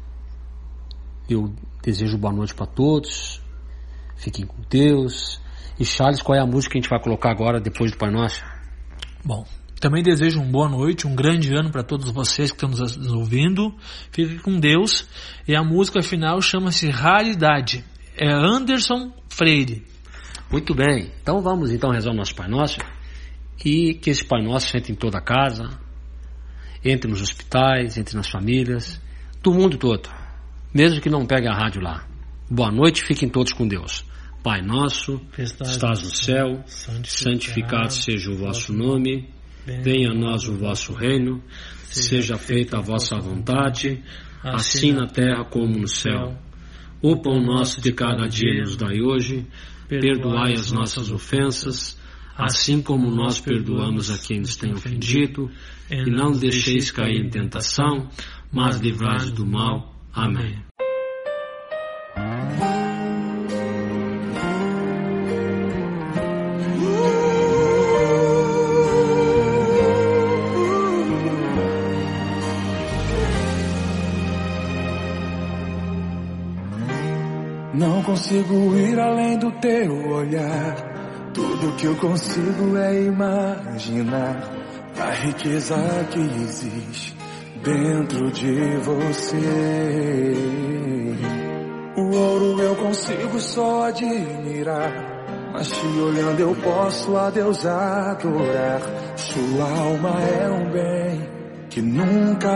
eu desejo boa noite para todos. Fiquem com Deus. E Charles, qual é a música que a gente vai colocar agora, depois do Pai Nosso? Bom, também desejo uma boa noite, um grande ano para todos vocês que estão nos ouvindo. Fiquem com Deus. E a música final chama-se Raridade. É Anderson Freire. Muito bem, então vamos então rezar o nosso Pai Nosso, e que esse Pai Nosso entre em toda a casa, entre nos hospitais, entre nas famílias, do mundo todo, mesmo que não pegue a rádio lá. Boa noite, fiquem todos com Deus. Pai nosso, estás no céu, santificado seja o vosso nome, venha a nós o vosso reino, seja feita a vossa vontade, assim na terra como no céu. O pão nosso de cada dia nos dai hoje, perdoai as nossas ofensas, assim como nós perdoamos a quem nos tem ofendido, e não deixeis cair em tentação, mas livrai-nos do mal. Amém. Não consigo ir além do teu olhar. Tudo que eu consigo é imaginar a riqueza que existe dentro de você. O ouro eu consigo só admirar, mas te olhando eu posso a Deus adorar. Sua alma é um bem que nunca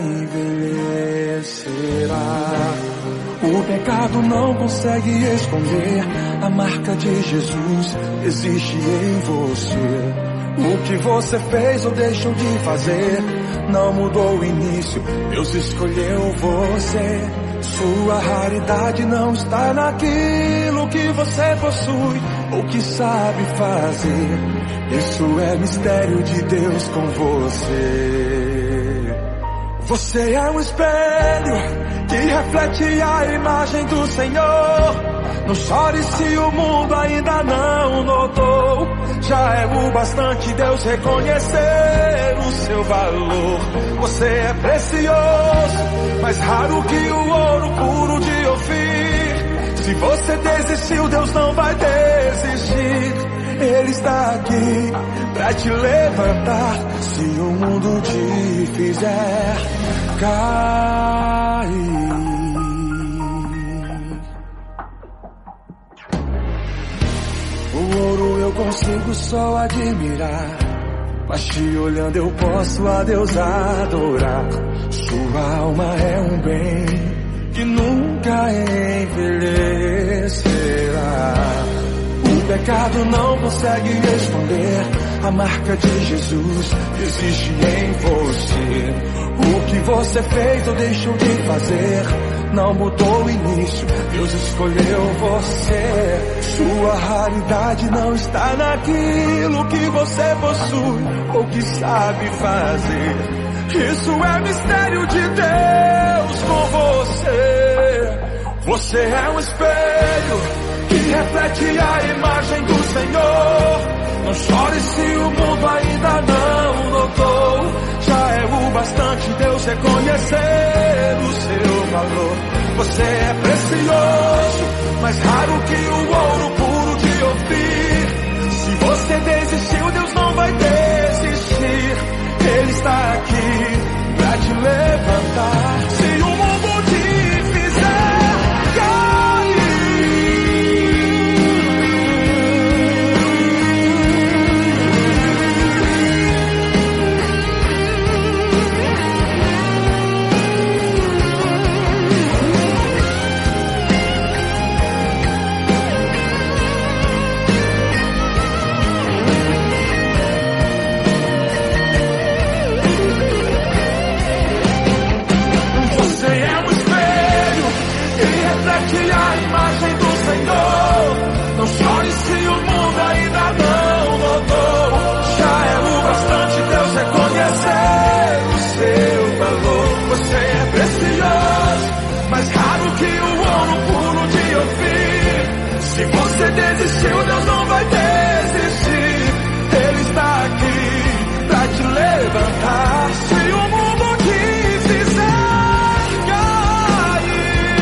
envelhecerá. O pecado não consegue esconder a marca de Jesus existe em você. O que você fez ou deixou de fazer não mudou o início, Deus escolheu você. Sua raridade não está naquilo que você possui ou que sabe fazer. Isso é mistério de Deus com você. Você é um espelho que reflete a imagem do Senhor. Não chore se o mundo ainda não notou. Já é o bastante Deus reconhecer o seu valor. Você é precioso, mais raro que o ouro puro de Ofir. Se você desistiu, Deus não vai desistir. Ele está aqui pra te levantar. Se o mundo te fizer cair. O ouro eu consigo só admirar, mas te olhando eu posso a Deus adorar. Sua alma é um bem que nunca envelhecerá. O pecado não consegue esconder a marca de Jesus existe em você. O que você fez ou deixou de fazer não mudou o início, Deus escolheu você. Sua raridade não está naquilo que você possui ou que sabe fazer. Isso é mistério de Deus com você. Você é um espelho que reflete a imagem do Senhor. Não chore se o mundo ainda não notou. Já é o bastante Deus reconhecer o seu valor. Você é precioso, mais raro que o ouro puro de Ofir. Se você desistiu, Deus não vai desistir. Ele está aqui pra te levantar. Se o mundo te fizer cair,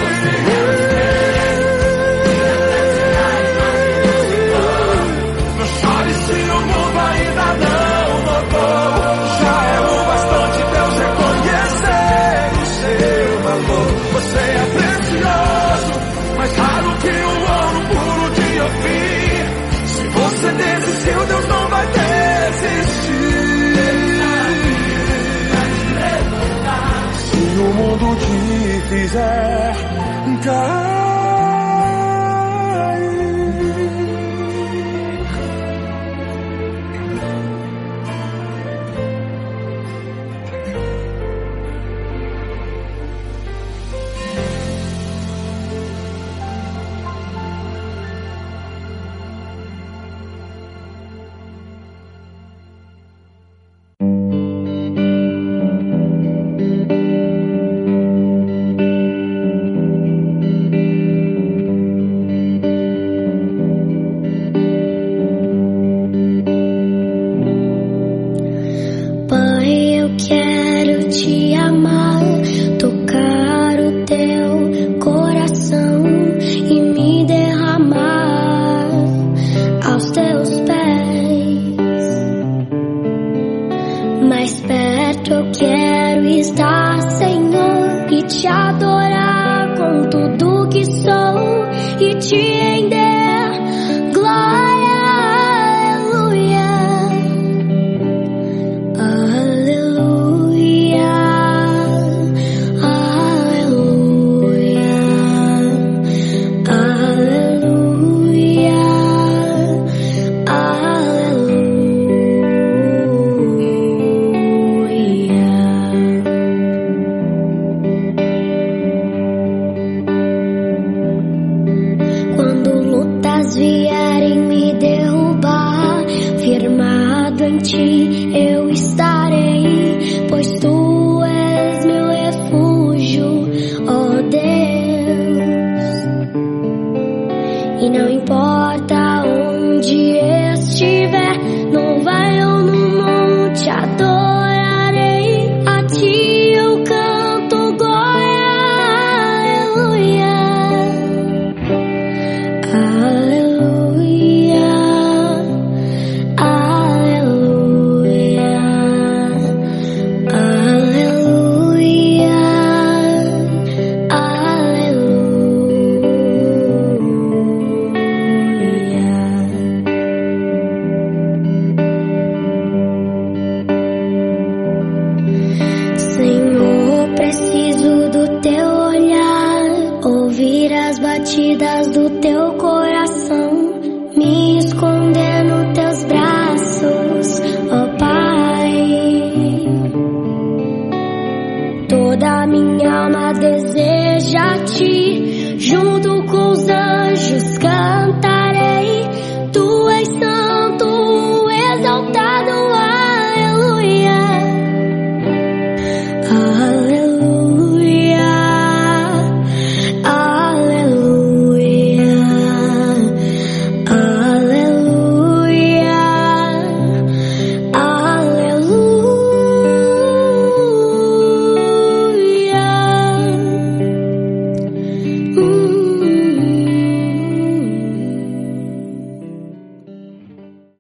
não chore se o mundo ainda não notou. Já é o bastante Deus reconhecer o seu valor. Você é precioso, mais raro que o ouro puro de Ofir. Se você desistiu, Deus não vai desistir. Se o mundo te fizer cair, mais perto eu quero estar, Senhor, e te adorar.